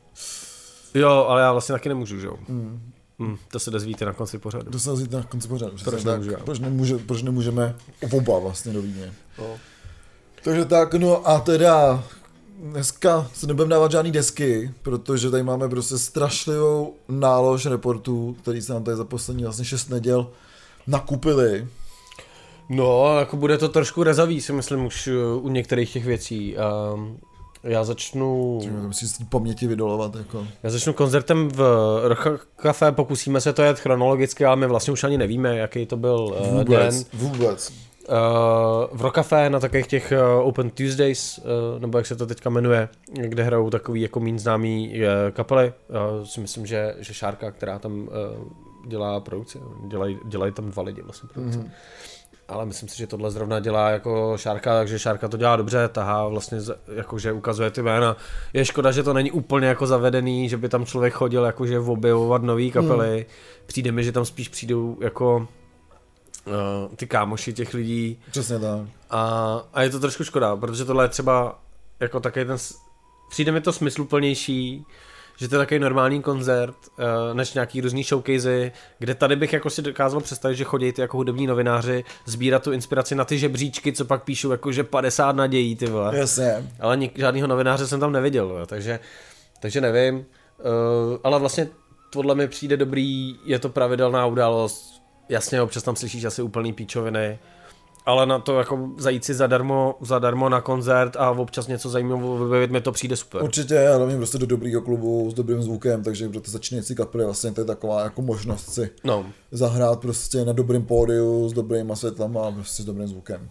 Jo, ale já vlastně taky nemůžu, že jo. Hmm. Hmm, to se dozvíte na konci pořadu. To se dozvíte na konci pořadu. Proč, nemůžu, proč, nemůže, proč nemůžeme oba vlastně do Vídně. No. Takže tak, no a teda... Dneska se nebudeme dávat žádný desky, protože tady máme prostě strašlivou nálož reportů, který se nám tady za poslední vlastně šest neděl nakupili. No, jako bude to trošku rezavý, si myslím už u některých těch věcí. Um, já začnu... To musím si paměti vydolovat. Jako. Já začnu koncertem v Rock Café, pokusíme se to jet chronologicky, ale my vlastně už ani nevíme, jaký to byl uh, vůbec, den. Vůbec. Uh, v Rock Café na takových těch uh, Open Tuesdays, uh, nebo jak se to teďka jmenuje, kde hrajou takový jako míň známý uh, kapely. Uh, si myslím, že, že Šárka, která tam uh, dělá produkci, dělají, dělají tam dva lidi vlastně produkci. Mm-hmm. Ale myslím si, že tohle zrovna dělá jako Šárka, takže Šárka to dělá dobře, tahá vlastně, jakože ukazuje ty jména. Je škoda, že to není úplně jako zavedený, že by tam člověk chodil jakože objevovat nový kapely. Mm. Přijde mi, že tam spíš přijdou jako Uh, ty kámoši těch lidí. Přesně tak. A, a je to trošku škoda, protože tohle je třeba jako taky ten, přijde mi to smysluplnější, že to je takový normální koncert, uh, než nějaký různý showcasey, kde tady bych jako si dokázal představit, že chodí ty jako hudební novináři sbírat tu inspiraci na ty žebříčky, co pak píšou jako že padesát nadějí, ty vole. Jasně. Ale nik, žádnýho novináře jsem tam neviděl, jo, takže, takže nevím, uh, ale vlastně podle mi přijde dobrý, je to pravidelná událost, jasně občas tam slyšíš asi úplný píčoviny, ale na to jako zajít si zadarmo, zadarmo na koncert a občas něco zajímavého vybavit, mi to přijde super. Určitě, ale hlavně prostě do dobrýho klubu s dobrým zvukem, takže pro ty začínající kapely vlastně to je taková jako možnost si no. zahrát prostě na dobrým pódiu s dobrýma světlama a prostě s dobrým zvukem.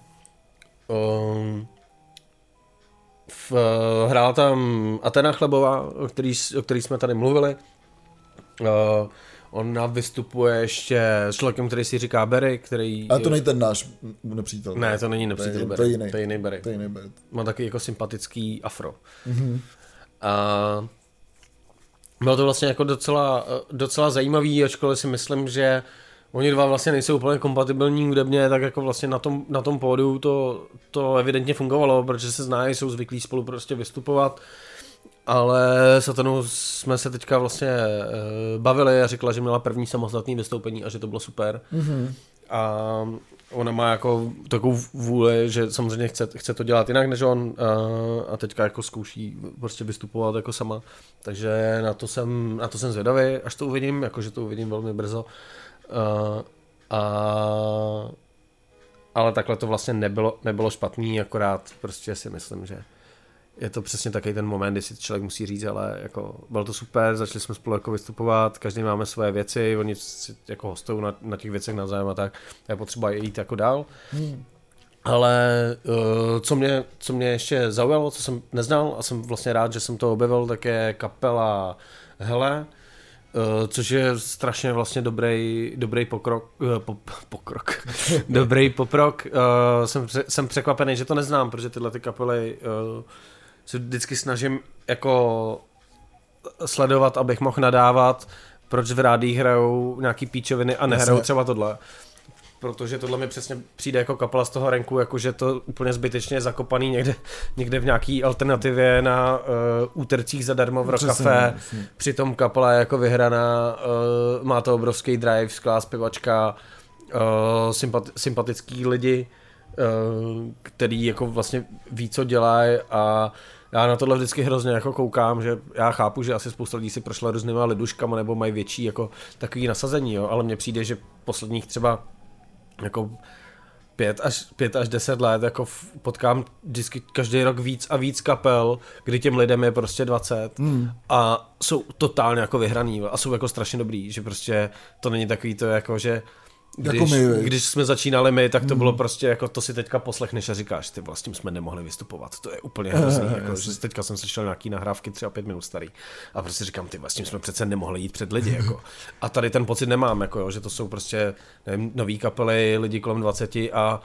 Um, v, hrál tam Athena Chlebová, o který, o který jsme tady mluvili. Uh, Ona vystupuje ještě s člověkem, který si říká Barry, který... A to není ten náš nepřítel. Ne, to není nepřítel to Barry. To je jiný. To je jiný Barry. To je jiný Barry. Má taky jako sympatický afro. Mm-hmm. A bylo to vlastně jako docela, docela zajímavý, ačkoliv si myslím, že oni dva vlastně nejsou úplně kompatibilní hudebně, tak jako vlastně na tom, na tom pódiu to, to evidentně fungovalo, protože se znají, jsou zvyklí spolu prostě vystupovat. Ale s Athenou jsme se teďka vlastně uh, bavili a řekla, že měla první samostatné vystoupení a že to bylo super. Mm-hmm. A ona má jako takovou vůli, že samozřejmě chce, chce to dělat jinak než on uh, a teďka jako zkouší prostě vystupovat jako sama. Takže na to jsem, na to jsem zvědavý, až to uvidím, jakože to uvidím velmi brzo. Uh, a ale takhle to vlastně nebylo, nebylo špatný, akorát prostě si myslím, že je to přesně takový ten moment, kdy si člověk musí říct, ale jako bylo to super, začali jsme spolu jako vystupovat, každý máme svoje věci, oni si jako hostují na, na těch věcech navzájem a tak, je potřeba jít jako dál. Hmm. Ale uh, co, mě, co mě ještě zaujalo, co jsem neznal a jsem vlastně rád, že jsem to objevil, tak je kapela Hele, Uh, což je strašně vlastně dobrý, dobrý pokrok, uh, po, pokrok, dobrý poprok. Uh, jsem, jsem překvapený, že to neznám, protože tyhle ty kapely uh, se vždycky snažím jako sledovat, abych mohl nadávat, proč v rádiích hrajou nějaký píčoviny a nehrajou třeba tohle. Protože tohle mi přesně přijde jako kapela z toho renku, jakože to úplně zbytečně zakopaný někde, někde v nějaký alternativě na uh, útercích zadarmo v Rock Café. Přitom kapela je jako vyhraná, uh, má to obrovský drive, skvělá zpěvačka, uh, sympati- sympatický lidi, uh, který jako vlastně ví, co dělají a já na tohle vždycky hrozně jako koukám, že já chápu, že asi spousta lidí si prošla různýma liduškama nebo mají větší jako takový nasazení, jo, ale mně přijde, že posledních třeba jako pět až, pět až deset let jako potkám vždycky každý rok víc a víc kapel, kdy těm lidem je prostě dvacet hmm. a jsou totálně jako vyhraný a jsou jako strašně dobrý, že prostě to není takový to jako, že když, jako my, když jsme začínali my, tak to hmm. bylo prostě jako to si teďka poslechneš a říkáš, ty vlastně jsme nemohli vystupovat, to je úplně hrozný, jako, že teďka jsem slyšel nějaký nahrávky třeba pět minut starý a prostě říkám, ty vlastně jsme přece nemohli jít před lidi, jako. A tady ten pocit nemám, jako, jo, že to jsou prostě nevím, nový kapely, lidi kolem dvaceti a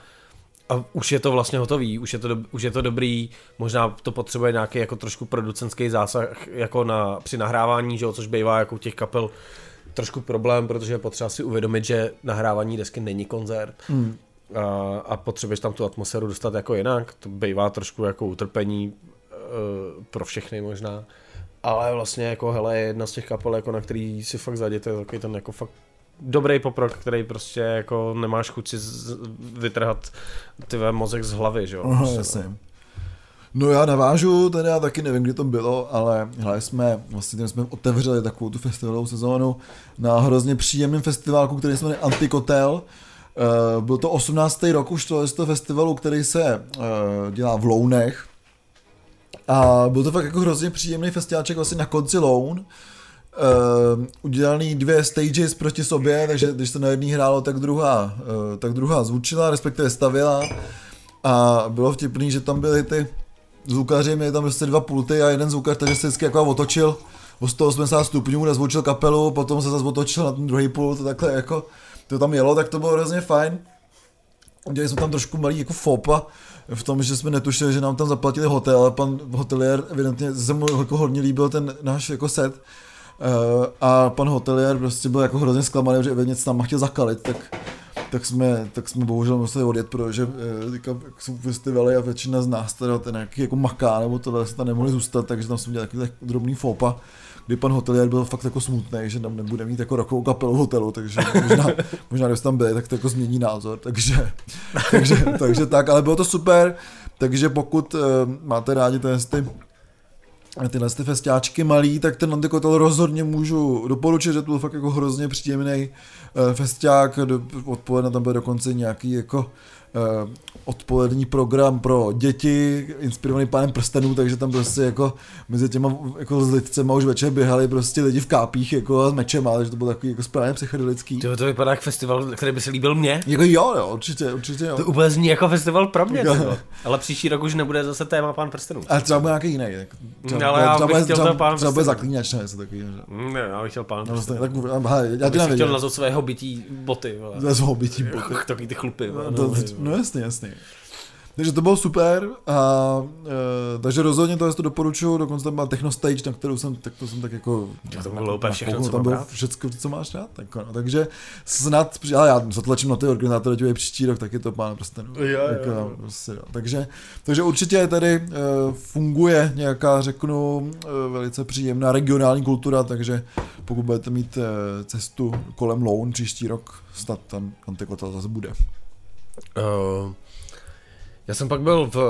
a už je to vlastně hotový, už je to, do, už je to dobrý, možná to potřebuje nějaký jako trošku producentský zásah jako na, při nahrávání, že jo, což bývá jako těch kapel trošku problém, protože je potřeba si uvědomit, že nahrávání desky není koncert mm. a, a potřebuješ tam tu atmosféru dostat jako jinak, to bývá trošku jako utrpení uh, pro všechny možná, ale vlastně jako hele je jedna z těch kapel, jako na který si fakt zaděte, je takový ten jako fakt dobrý poprok, který prostě jako nemáš chuť si z, vytrhat tyhle mozek z hlavy, že jo. Aha, jasně. No já navážu, teda já taky nevím, kdy to bylo, ale hele, jsme, vlastně tím jsme otevřeli takovou tu festivalovou sezónu na hrozně příjemném festivalku, který se jmenuje Antikotel. Uh, byl to osmnáctý rok už toho, z toho festivalu, který se uh, dělá v Lounech. A byl to fakt jako hrozně příjemný festivalček vlastně na konci Loun. Uh, udělaný dvě stages proti sobě, takže když to na jedný hrálo, tak druhá, uh, tak druhá zvučila, respektive stavila. A bylo vtipný, že tam byly ty zvukaři, měli tam prostě dva pulty a jeden zvukař, takže se vždycky jako otočil o sto osmdesát stupňů, nezvučil kapelu, potom se zase otočil na ten druhý pult a takhle jako to tam jelo, tak to bylo hrozně fajn. Udělali jsme tam trošku malý jako fopa v tom, že jsme netušili, že nám tam zaplatili hotel, ale pan hotelier evidentně se mu jako hodně líbil ten náš jako set. Uh, a pan hotelier prostě byl jako hrozně zklamaný, že evidentně se tam chtěl zakalit, tak tak jsme, tak jsme bohužel museli odjet, protože teďka jsou festivaly a většina z nás teda ten nějaký jako maká, nebo tohle se tam nemohli zůstat, takže tam jsme dělali takový tak drobný fópa, kdy pan hotelier byl fakt jako smutný, že tam nebude mít jako rokovou kapelu v hotelu, takže možná, možná když tam byli, tak to jako změní názor, takže, takže, takže tak, ale bylo to super, takže pokud uh, máte rádi ty, ty tyhle ty festiáčky malý, tak ten Antikotel rozhodně můžu doporučit, že to byl fakt jako hrozně příjemný uh, festiák, odpoledne tam byl dokonce nějaký jako uh, odpolední program pro děti, inspirovaný Pánem prstenů, takže tam prostě jako mezi těma jako lidcema už večer běhali prostě lidi v kápích jako s mečem, ale že to bylo takový jako správně psychedelický. To, to vypadá jako festival, který by se líbil mně. Jako jo, jo, určitě, určitě jo. To úplně zní jako festival pro mě, ale příští rok už nebude zase téma Pán prstenů. Ale třeba bude nějaký jiný. Jako, třeba, ale já bych chtěl třeba, Pán třeba bude Zaklínač, něco takového. Ne, já bych chtěl Pán prstenů. Tak, hele, já bych si chtěl nazvat své hobití boty. Ze hobití boty. Takový ty chlupy. No, no jasně, jasně. Takže to bylo super, a, e, takže rozhodně to, to doporučuju, dokonce tam byla technostage, na kterou jsem, tak to jsem tak jako... Já to bylo úplně všechno, na, co tam bylo všechno, co máš rád, tak, no, takže snad, ale já zatlačím na ty organizátory, těj příští rok, tak je to Pán prstenů. Jo, jo, tak, jo. Prostě, jo. Takže, takže určitě tady e, funguje nějaká, řeknu, e, velice příjemná regionální kultura, takže pokud budete mít e, cestu kolem Loun příští rok, snad tam Antikotel zase bude. Uh... Já jsem pak byl v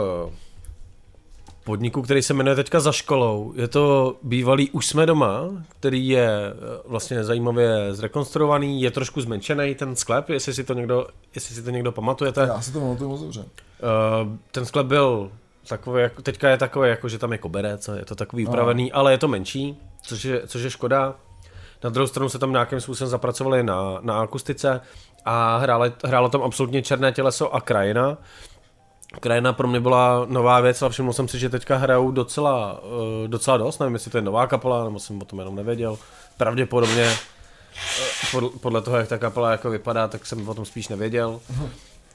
podniku, který se jmenuje teďka Za školou. Je to bývalý Už jsme doma, který je vlastně zajímavě zrekonstruovaný, je trošku zmenšený ten sklep, jestli si to někdo, jestli si to někdo pamatujete. Já si to pamatuju moc dobře. Ten sklep byl takový, teďka je takový, jako že tam je koberec, je to takový upravený, ale je to menší, což je, což je škoda. Na druhou stranu se tam nějakým způsobem zapracovali na, na akustice a hráli, hrálo tam absolutně Černé těleso a Krajina. Krajina pro mě byla nová věc, ale všiml jsem si, že teďka hrajou docela, uh, docela dost, nevím, jestli to je nová kapela, nebo jsem o tom jenom nevěděl. Pravděpodobně uh, podle toho, jak ta kapela jako vypadá, tak jsem o tom spíš nevěděl. Uh,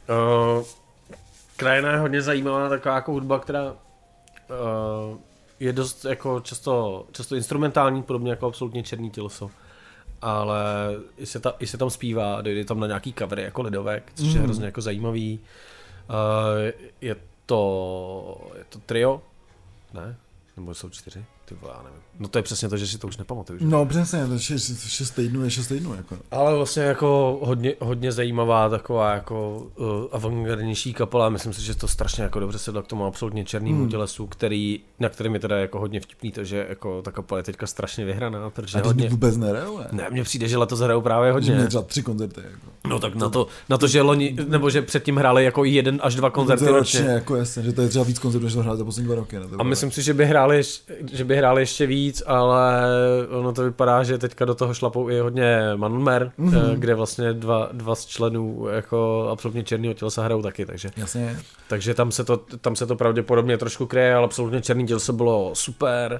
Krajina je hodně zajímavá, taková jako hudba, která uh, je dost jako často, často instrumentální, podobně jako absolutně Černý těleso. Ale i se, ta, i se tam zpívá, dojde tam na nějaký covery jako Lidovek, což je hrozně jako zajímavý. Uh, je to, je to trio? Ne? Nebo jsou čtyři? Ty vole, já nevím. No to je přesně to, že si to už nepamatuju. Že? No přesně, to je šest, šest týdnů je šest týdnů. Jako. Ale vlastně jako hodně, hodně zajímavá taková jako uh, avantgardnější kapela. Myslím si, že to strašně jako dobře sedlo k tomu absolutně Černému hmm. tělesu, který, na kterém je teda jako hodně vtipný to, že jako ta kapela je teďka strašně vyhraná. Protože a ty hodně... vůbec nerejou, ne? Ne, mně přijde, že letos hrajou právě hodně. Že mě třeba tři koncerty. Jako. No tak na to, na to, že loni, nebo že předtím hráli jako jeden až dva koncerty ročně. Jako jasně, že to je třeba víc koncertů, než to hráli za poslední dva roky. Ne? A myslím si, že by hráli, že by hráli ještě víc, ale ono to vypadá, že teďka do toho šlapou i hodně Manonmer, mm-hmm. kde vlastně dva, dva z členů jako absolutně Černého tělesa hrajou taky, takže, jasně. takže tam, se to, tam se to pravděpodobně trošku kryje, ale absolutně Černý těleso bylo super.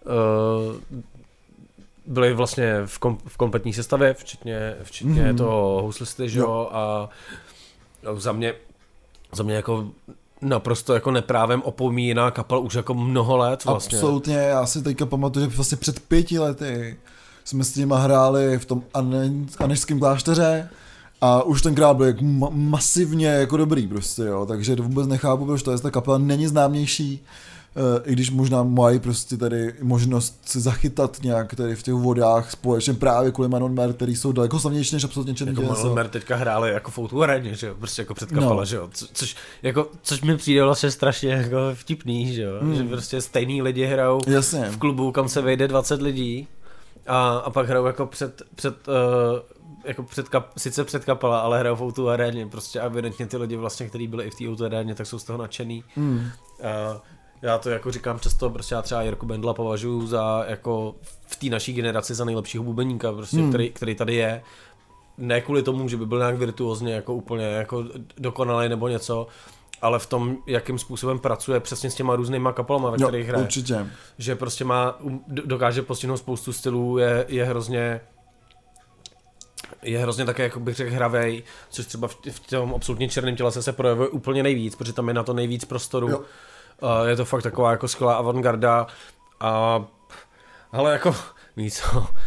Byli vlastně v, kom, v kompletní sestavě, včetně, včetně mm-hmm. toho houslisty, že jo, a za mě, za mě jako naprosto jako neprávem opomíjená kapela už jako mnoho let vlastně. Absolutně, já si teďka pamatuju, že vlastně před pěti lety jsme s nima hráli v tom Anežském klášteře a už tenkrát byl jako ma- masivně jako dobrý prostě, jo, takže to vůbec nechápu, protože to je, ta kapela není známější, i když možná mají prostě tady možnost se zachytat nějak tady v těch vodách společně právě kvůli Manonmer, který jsou daleko slavnější než absolutně Černý těleso. Jako Manonmer teďka hráli jako v Outu Areně, že jo, prostě jako před kapela, no. Že jo, Co, což, jako, což mi přijde vlastně strašně jako vtipný, že jo, mm. že prostě stejný lidi hrajou Jasně. v klubu, kam se vejde dvacet lidí a, a pak hrajou jako před, před uh, jako před kap, sice před kapela, ale hrajou v Outu Areně, prostě evidentně ty lidi vlastně, kteří byli i v té Outu Areně, tak jsou z toho nadšený. Mm. Uh, Já to jako říkám často, prostě já třeba Jirku Bendla považuji za jako v té naší generaci za nejlepšího bubeníka, prostě, hmm. který, který tady je. Ne kvůli tomu, že by byl nějak virtuózně jako úplně jako dokonalý nebo něco, ale v tom, jakým způsobem pracuje přesně s těma různýma kapelama, ve jo, kterých hraje. Určitě. Že prostě má, dokáže postihnout spoustu stylů, je, je hrozně je hrozně také, jako bych řekl, hravej, což třeba v, v tom absolutně Černém tělese se projevuje úplně nejvíc, protože tam je na to nejvíc prostoru. Jo. Uh, je to fakt taková jako skvělá avantgarda a hele jako víc co,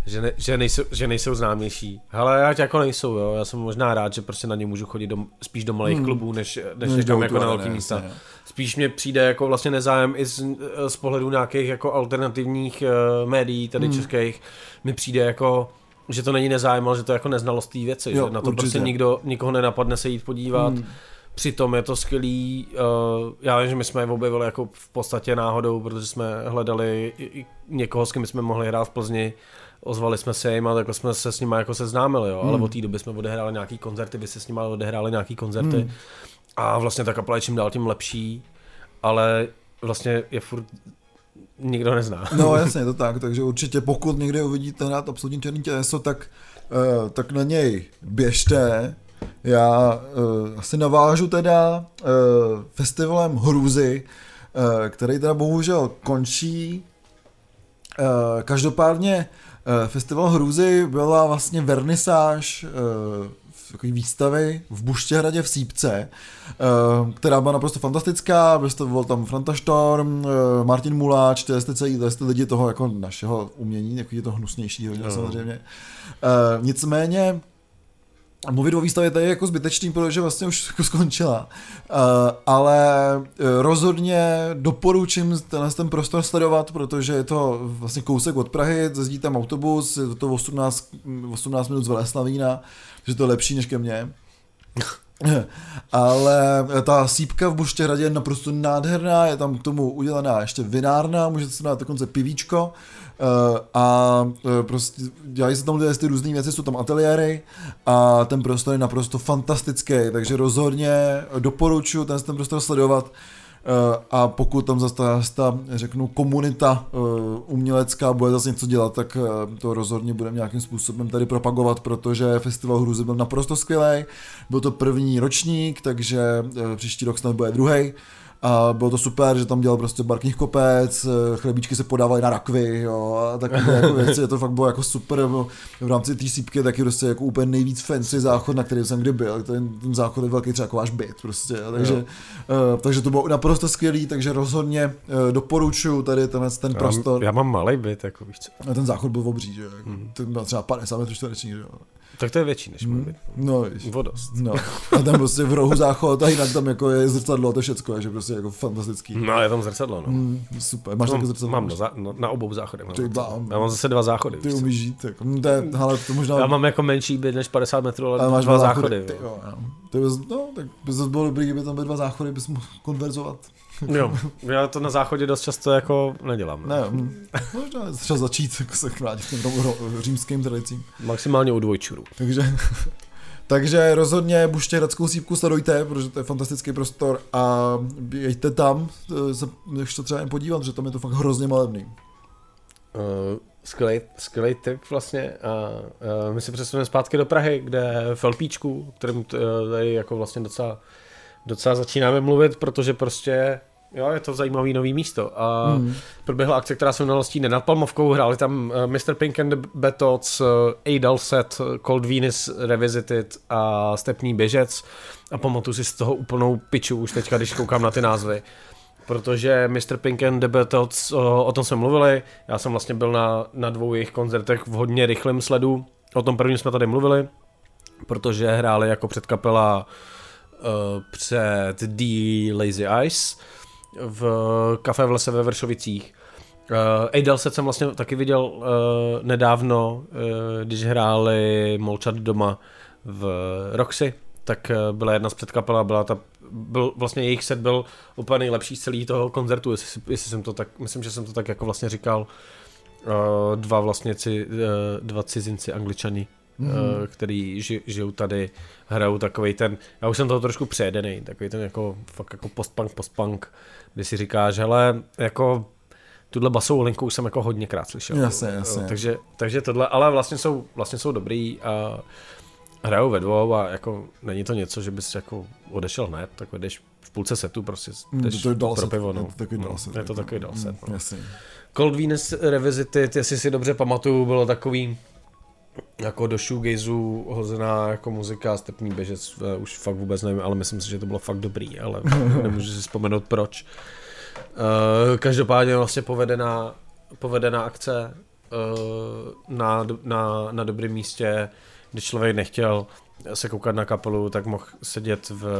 že, ne, že, nejsou, že nejsou známější. Hele, ať jako nejsou, jo, já jsem možná rád, že prostě na ně můžu chodit do, spíš do malých hmm. klubů, než, než někam jako na velký místa. Ne. Spíš mě přijde jako vlastně nezájem i z, z pohledu nějakých jako alternativních uh, médií, tady hmm. českých, mi přijde jako, že to není nezájem, ale že to je jako neznalost té věci, jo, že na to určitě. Prostě nikdo, nikoho nenapadne se jít podívat. Hmm. Přitom je to skvělý, uh, já vím, že my jsme je objevili jako v podstatě náhodou, protože jsme hledali někoho, s kým jsme mohli hrát v Plzni, ozvali jsme se jim a tak jsme se s nimi jako seznámili, jo, hmm. ale od té doby jsme odehráli nějaký koncerty, by se s nimi odehráli nějaký koncerty hmm. a vlastně ta kapela je čím dál tím lepší, ale vlastně je furt nikdo nezná. No jasně, to tak, takže určitě pokud někde uvidíte hrát Absolutní černý těleso, tak, uh, tak na něj běžte. Já uh, asi navážu teda uh, festivalem Hrůzy, uh, který teda bohužel končí. Uh, každopádně uh, festival Hrůzy byla vlastně vernisáž uh, takové výstavy v Buštěhradě v Sípce, uh, která byla naprosto fantastická, vystavoval tam Franta Storm, uh, Martin Muláč, to jste celý lidi toho jako našeho umění, jako je to hnusnějšího no. samozřejmě. Uh, nicméně mluvit o výstavě tady je jako zbytečný, protože vlastně už jako skončila. Uh, ale rozhodně doporučím tenhle ten prostor sledovat, protože je to vlastně kousek od Prahy, jezdí tam autobus, je to osmnáct, osmnáct minut z Veleslavína, že to je lepší než ke mně. Ale ta sípka v Buštěhradě je naprosto nádherná, je tam k tomu udělaná ještě vinárna, můžete si dát dokonce pivíčko. Uh, a uh, prostě dělají se tam ty různé věci, jsou tam ateliéry a ten prostor je naprosto fantastický, takže rozhodně doporučuji ten, ten prostor sledovat uh, a pokud tam zase ta, ta řeknu komunita uh, umělecká bude zase něco dělat, tak uh, to rozhodně budeme nějakým způsobem tady propagovat, protože Festival Hrůzy byl naprosto skvělý, byl to první ročník, takže uh, příští rok snad bude druhý. A bylo to super, že tam dělal prostě barkních kopec, chlebíčky se podávaly na rakvi, jo, a takové jako věci, to fakt bylo jako super, v rámci té sípky taky prostě jako úplně nejvíc fancy záchod, na který jsem kdy byl, ten, ten záchod je velký třeba jako váš byt prostě, takže, uh, takže to bylo naprosto skvělý, takže rozhodně uh, doporučuju tady tenhle ten já prostor. Mám, já mám malej byt, jako víš co. A ten záchod byl obří, že jako, mm. ten byl třeba padesát metrů čtverečních, že jo. Tak to je větší než můj byt. No, víš. Vodost. No. A tam prostě v rohu záchod a jinak tam jako je zrcadlo a to všecko, je, že prostě jako fantastický. No, je tam zrcadlo, no. Mm, super. Máš no, také zrcadlo? Mám na, zá, no, na obou záchodech. Ty blám. Já mám zase dva záchody. Ty umíš žít, jako. To je, hele, to možná... Já mám jako menší byt než padesát metrů, ale, ale máš dva záchody. Ty, jo, no. To bys, no, tak by to bylo dobrý, kdyby tam byly dva záchody, bys mohl konverzovat. Jo, já to na záchodě dost často jako nedělám. Ne, možná třeba začít jako se vrátit k těm římským tradicím. Maximálně u dvojčurů. Takže, takže rozhodně Buštěhradskou sípku sledujte, protože to je fantastický prostor a jeďte tam, se ještě třeba jen podívat, že tam je to fakt hrozně malebný. Uh, skvělej, skvělej tip vlastně a uh, my se přesuneme zpátky do Prahy, kde v Elpíčku, o kterém tady jako vlastně docela docela začínáme mluvit, protože prostě jo, je to zajímavý nový místo a hmm. proběhla akce, která se jmenovala Stíny nad Palmovkou, hráli tam uh, mister Pink and the Betots, uh, A-Dulcet, Cold Venus Revisited a Stepný běžec a pamatuju si z toho úplnou piču už teďka, když koukám na ty názvy, protože mister Pink and the Betots, uh, o tom jsme mluvili, já jsem vlastně byl na, na dvou jejich koncertech v hodně rychlém sledu, o tom prvním jsme tady mluvili, protože hráli jako předkapela Uh, před The Lazy Eyes v kafe v lese ve Vršovicích. Uh, A-Dulcet jsem vlastně taky viděl uh, nedávno, uh, když hráli Molčat doma v Roxy, tak uh, byla jedna z předkapela, byla ta, byl, vlastně jejich set byl úplně nejlepší z celého toho koncertu, jestli, jestli jsem to tak, myslím, že jsem to tak jako vlastně říkal, uh, dva vlastně ci, uh, dva cizinci Angličani. Mm-hmm. který ži, žijou tady, hrajou takovej ten, já už jsem toho trošku přejedený, takový ten jako fakt jako postpunk, postpunk, kdy si říkáš, hele, jako tuhle basovou linku už jsem jako hodněkrát slyšel. Jasně, jasně. Takže, takže tohle, ale vlastně jsou, vlastně jsou dobrý a hrajou ve dvou a jako není to něco, že bys jako odešel hned, tak jdeš v půlce setu prostě jdeš mm, to pro pivo, no. Je to takový dalset. Je to takový dalset, mm, no. Jasně. Cold Venus Revisited, jestli si dobře pamatuju, bylo takový jako do shoegazu hozená jako muzika, Stepný běžec, už fakt vůbec nevím, ale myslím si, že to bylo fakt dobrý, ale nemůžu si vzpomenout proč. Uh, každopádně vlastně povedená, povedená akce, uh, na, na, na dobrém místě, když člověk nechtěl se koukat na kapelu, tak mohl sedět v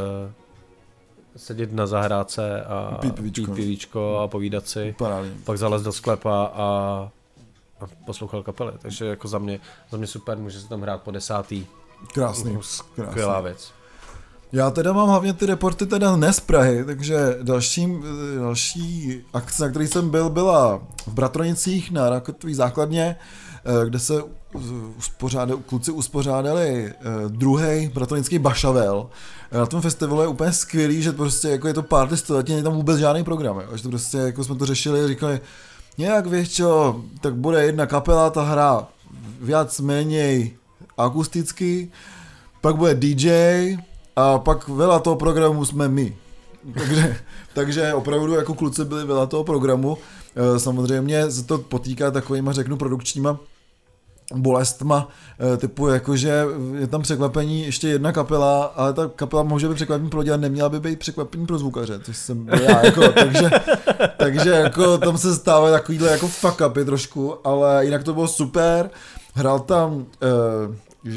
sedět na zahrádce a pít pivíčko, pít pivíčko a povídat si. Parádně. Pak zalez do sklepa a, a poslouchal kapely. Takže jako za mě, za mě super, může se tam hrát po desátý. Krásný. Skvělá krásný. věc. Já teda mám hlavně ty reporty teda ne z Prahy, takže další, další akce, na který jsem byl, byla v Bratronicích na raketový základně, kde se uspořádali, kluci uspořádali druhý bratronický Bašavel. Na tom festivalu je úplně skvělý, že prostě jako je to party století, není tam vůbec žádný program, jo. Že to prostě jako jsme to řešili a říkali, nějak víš čo, tak bude jedna kapela, ta hra viac méně akusticky, pak bude dý džej, a pak vela toho programu jsme my. Takže, takže opravdu jako kluci byli vela toho programu. Samozřejmě se to potýká takovýma, řeknu, produkčníma bolestma, typu jakože je tam překvapení ještě jedna kapela, ale ta kapela může být překvapení pro lidi, ale neměla by být překvapení pro zvukaře, což jsem byl já, jako, takže, takže jako tam se stávají takovýhle jako fuck upy trošku, ale jinak to bylo super. Hrál tam uh,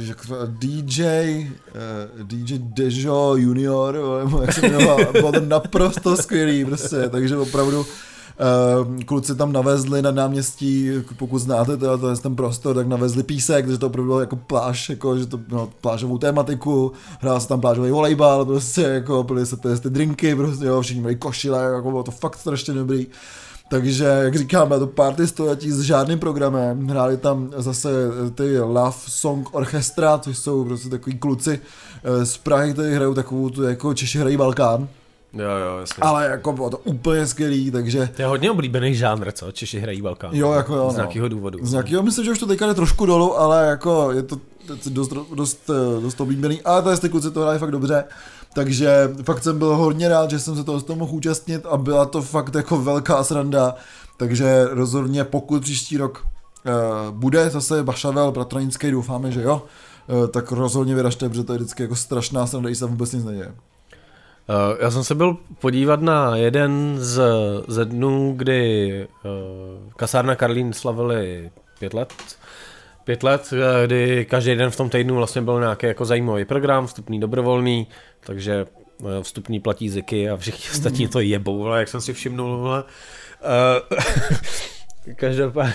dý džej, uh, dý džej Dejo Junior, jak se jmenoval, bylo to naprosto skvělý prostě, takže opravdu uh, kluci tam navezli na náměstí, pokud znáte teda, to je ten prostor, tak navezli písek, takže to opravdu bylo jako pláž, jako, že to bylo plážovou tématiku, hrál se tam plážový volejbal, prostě jako byly se ty drinky, prostě jo, všichni měli košile, jako bylo to fakt strašně dobrý. Takže, jak říkáme, to party století s žádným programem, hráli tam zase ty Love Song Orchestra, což jsou prostě takový kluci z Prahy, kteří hrajou takovou tu, jako Češi hrají Balkán. Jo, jo, jasně. Ale jako bylo to úplně skvělý, takže... To je hodně oblíbený žánr, co? Češi hrají Balkán. Jo, jako jo, z nějakého důvodu. Z nějakého, myslím, že už to teďka jde trošku dolů, ale jako je to dost, dost, dost oblíbený, ale tady ty kluci to hrají fakt dobře. Takže fakt jsem byl hodně rád, že jsem se toho z toho mohl účastnit a byla to fakt jako velká sranda, takže rozhodně pokud příští rok uh, bude zase Bašavel bratronický, doufáme, že jo, uh, tak rozhodně vyražte, protože to je vždycky jako strašná sranda, když se vůbec nic neděje. Uh, já jsem se byl podívat na jeden z, ze dnů, kdy uh, kasárna Karlín slavili pět let, pět let, kdy každý den v tom týdnu vlastně byl nějaký jako zajímavý program, vstupný dobrovolný, takže vstupní platí ziky a všichni ostatní to jebou, ale jak jsem si všimnul. Ale, uh, každopádně,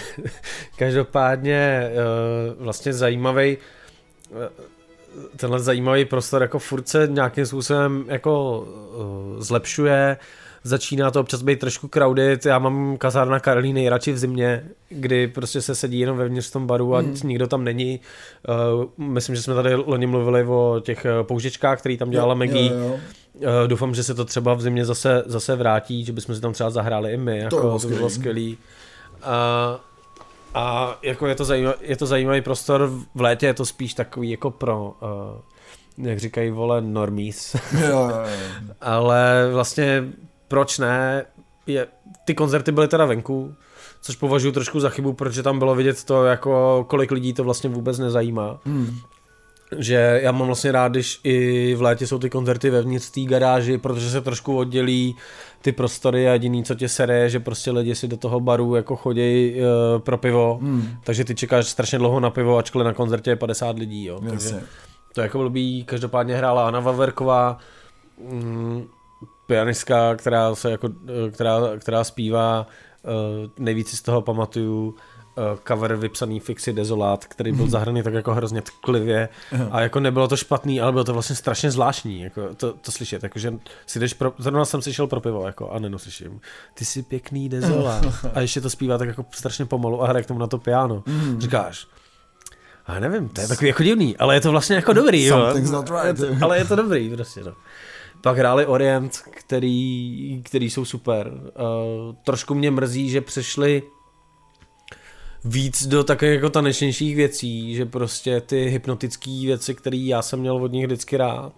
každopádně uh, vlastně zajímavý uh, tenhle zajímavý prostor jako furt se nějakým způsobem jako uh, zlepšuje. Začíná to občas být trošku crowded, já mám kasárna Karlín nejradši v zimě, kdy prostě se sedí jenom vevnitř v tom baru a mm. nikdo tam není. Uh, myslím, že jsme tady loni mluvili o těch použičkách, který tam dělala Maggie. Jo, jo. Uh, doufám, že se to třeba v zimě zase, zase vrátí, že bychom si tam třeba zahráli i my, jako, to, to by bylo skvělý. Uh, a jako je to, zajímavý, je to zajímavý prostor, v létě je to spíš takový jako pro... Uh, jak říkají, vole, normies. Jo, jo, jo. Ale vlastně proč ne, je, ty koncerty byly teda venku, což považuji trošku za chybu, protože tam bylo vidět to, jako kolik lidí to vlastně vůbec nezajímá. Hmm. Že já mám vlastně rád, když i v létě jsou ty koncerty vevnitř té garáži, protože se trošku oddělí ty prostory a jediný, co tě sere, že prostě lidi si do toho baru jako chodí uh, pro pivo, hmm. takže ty čekáš strašně dlouho na pivo, ačkoliv na koncertě je padesát lidí. Jo. Takže to jako blbý, každopádně hrála Anna Vaverková, mm, pianistka, která se jako, která, která zpívá, uh, nejvíc si z toho pamatuju, uh, cover vypsaný Fixy Desolát, který byl zahraný tak jako hrozně tklivě a jako nebylo to špatný, ale bylo to vlastně strašně zvláštní, jako to, to slyšet, jakože si jdeš pro, zrovna jsem si šel pro pivo, jako a nenoslyším, ty jsi pěkný Desolát a ještě to zpívá tak jako strašně pomalu a hraje k tomu na to piano, říkáš, a nevím, to je takový jako divný, ale je to vlastně jako dobrý, jo? Not right. Je to, ale je to dobrý, prostě, no. Pak hráli Orient, který, který jsou super. Uh, trošku mě mrzí, že přešli víc do takových jako tanečnějších věcí, že prostě ty hypnotické věci, které já jsem měl od nich vždycky rád,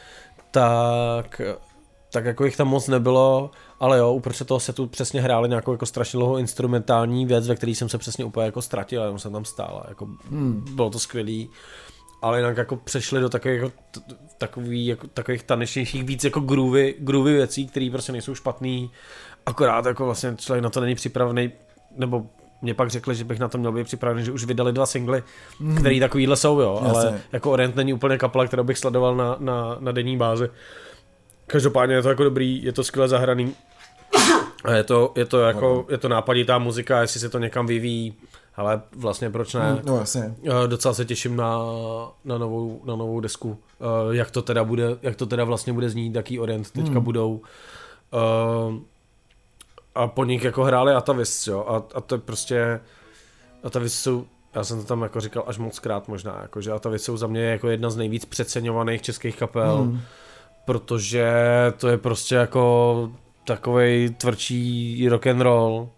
tak, tak jako jich tam moc nebylo, ale jo, uprostřed toho setu přesně hráli nějakou jako strašně dlouhou instrumentální věc, ve který jsem se přesně úplně jako ztratil, jenom jsem tam stál, jako hmm. bylo to skvělý. Ale jinak jako přešli do takových, jako, takový, jako, takových tanečnějších víc jako groovy, groovy věcí, které prostě nejsou špatný, akorát jako vlastně člověk na to není připravený, nebo mě pak řekli, že bych na to měl být připravený, že už vydali dva singly, mm. který takovýhle jsou, jo, Jasně. ale jako Orient není úplně kapela, kterou bych sledoval na, na, na denní bázi. Každopádně je to jako dobrý, je to skvěle zahraný. A je to, je to jako, je to nápaditá muzika, jestli se to někam vyvíjí, ale vlastně proč ne. No jasně. Docela se těším na, na, novou, na novou desku, jak to teda bude, jak to teda vlastně bude znít, jaký Orient teďka hmm. budou. A po nich jako hráli Atavis, jo, a, a to je prostě, Atavis jsou, já jsem to tam jako říkal až moc krát možná, jako, že Atavis jsou za mě jako jedna z nejvíc přeceňovaných českých kapel, hmm. protože to je prostě jako takovej tvrdší rock and roll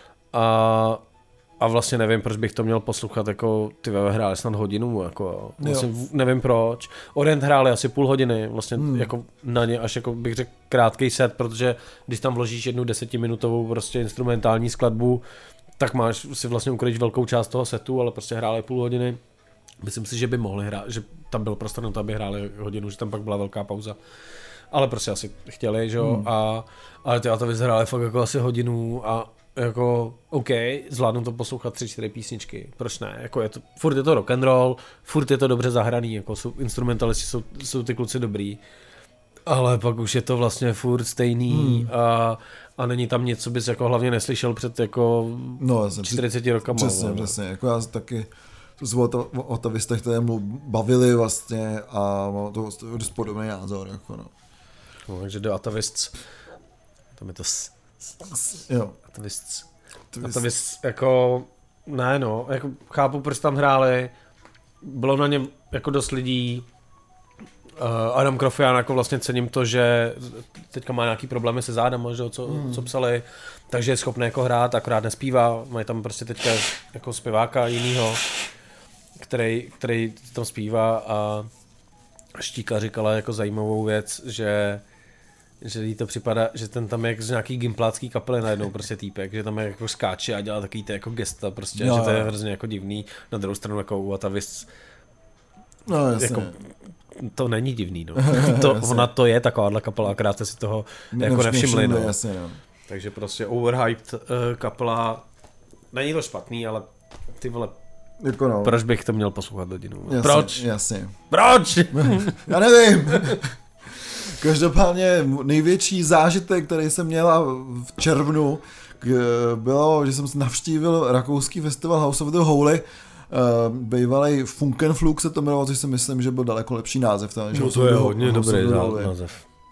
a, a vlastně nevím, proč bych to měl poslouchat, jako ty veve hráli snad hodinu, jako vlastně nevím proč. Orient hráli asi půl hodiny, vlastně hmm. jako na ně až jako bych řekl krátkej set, protože když tam vložíš jednu desetiminutovou prostě instrumentální skladbu, tak máš si vlastně ukryt velkou část toho setu, ale prostě hráli půl hodiny. Myslím si, že by mohli hrát, že tam byl prostor na to, aby hráli hodinu, že tam pak byla velká pauza. Ale prostě asi chtěli, že jo, hmm. a ale ty Atavis hráli fakt jako asi hodinu a jako OK, zvládnu to poslouchat tři, čtyři písničky, proč ne, jako je to, furt je to rock and roll, furt je to dobře zahraný, jako jsou, instrumentalisti jsou, jsou ty kluci dobrý, ale pak už je to vlastně furt stejný hmm. a, a není tam nic, co bys jako hlavně neslyšel před jako no, čtyřiceti rokama. Přesně, přesně, jako já taky to jsme o Atavistech tady bavili vlastně a mám to dost podobný názor, jako no. No, takže do Atavists, tam je to s, s, jo. Atavists, Atavists, jako, ne no, jako chápu, proč tam hráli, bylo na něm jako dost lidí, uh, Adam Krofián, jako vlastně cením to, že teďka má nějaký problémy se zádama, že, co, hmm. co psali, takže je schopný jako hrát, akorát nespívá, mají tam prostě teďka jako zpěváka jinýho, který, který tam zpívá a Štíka říkala jako zajímavou věc, že že jí to připadá, že ten tam je jak z nějaký gimplácký kapely najednou prostě týpek, že tam je jako skáče a dělá takový ty jako gesta prostě, no, že to je hrozně jako divný, na druhou stranu jako u Atavis, no, jako, to není divný, no. To, ona to je takováhle kapela, akorát si toho jako nevšimli, no. Jasně, no. Takže prostě overhyped uh, kapela, není to špatný, ale ty vole, jako no. Proč bych to měl poslouchat hodinu? Jasně, Proč? Jasně. Proč? Já nevím. Každopádně největší zážitek, který jsem měla v červnu, bylo, že jsem navštívil rakouský festival House of the Holy, bývalý Funkenflug se to jmenovalo, což si myslím, že byl daleko lepší název. Tam, no to je hodně dobrý název.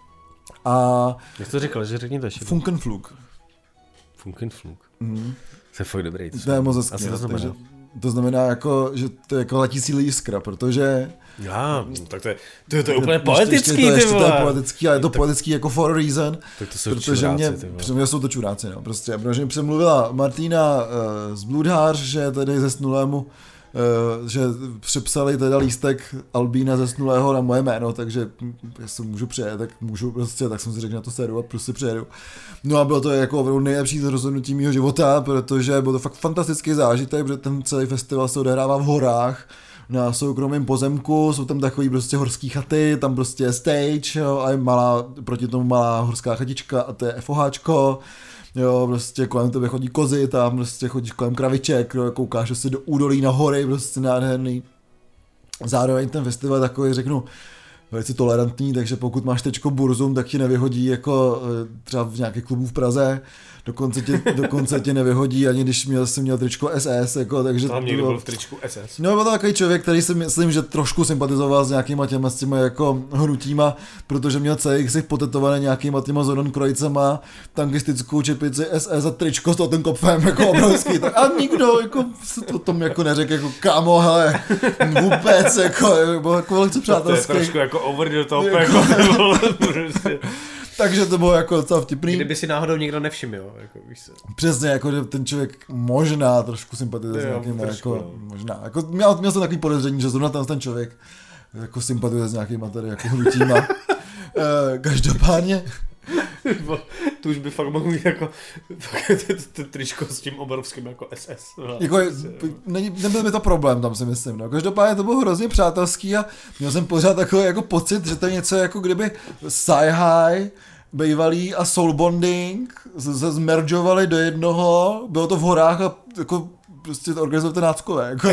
A jak to říkal, že řekni to ještě. Funkenflug. Funkenflug. Mm. To je fakt dobrý. To je moc hezký. To znamená. To znamená, jako, že to je jako letící jiskra, protože... Já, no, tak to je, to je, to je úplně poetický, ty vole. Ještě to je poetický, ale je to tak, poetický jako for a reason. Tak to jsou protože čuráci, mě, mě jsou to čuráci, no, prostě. Protože mě přemluvila Martina uh, z Bloodhář, že tady zesnulému, uh, že přepsali teda lístek Albína zesnulého na moje jméno, takže jestli můžu přijet, tak můžu prostě, tak jsem si řekl na to sedu a prostě přijedu. No a bylo to jako opravdu nejlepší rozhodnutí mýho života, protože byl to fakt fantastický zážitek, protože ten celý festival se odehrává v horách, na soukromém pozemku, jsou tam takový prostě horský chaty, tam prostě je stage, jo, a je malá, proti tomu malá horská chatička a to je FOHčko, jo, prostě kolem tebe chodí kozy, tam prostě chodíš kolem kraviček, jo, koukáš si do údolí na hory, prostě nádherný. Zároveň ten festival takový, řeknu, velice tolerantní, takže pokud máš tečko Burzum, tak ti nevyhodí jako třeba v nějaké klubu v Praze, dokonce tě, dokonce tě nevyhodí, ani když měl, jsem měl tričko S S, jako, takže... Tam někdo byl v tričku S S. No, byl to takový člověk, který si myslím, že trošku sympatizoval s nějakýma těma, s těma jako hnutíma, protože měl celý ksich potetované nějakýma těma Zodonkrojcema, tankistickou čepici S S a tričko s tím kopfem, jako obrovský, tak a nikdo, jako, se to tom jako neřekl, jako kámo, hele, vůbec, jako, byl jako velice přátelský. To je trošku jako over the top, jako, jako prostě. Takže to bylo jako docela vtipný. Kdyby si náhodou nikdo nevšiml, jo, jako víš se. Přesně, jako že ten člověk možná trošku sympatizuje s nějakým, jako, no. možná, jako měl, měl jsem takový podezření, že zrovna ten, ten člověk jako sympatizuje s nějakýma tady jako hnutíma. e, každopádně. Tu už by fakt mohl mít jako tričko s tím obrovským jako S S. Jako, ne, nebyl mi to problém tam, si myslím. No. Každopádně to bylo hrozně přátelský a měl jsem pořád takový jako pocit, že to je něco jako kdyby Sci-Hi bejvalý a soul bonding se zmeržovali do jednoho, bylo to v horách a jako prostě organizovali to náckové, jako.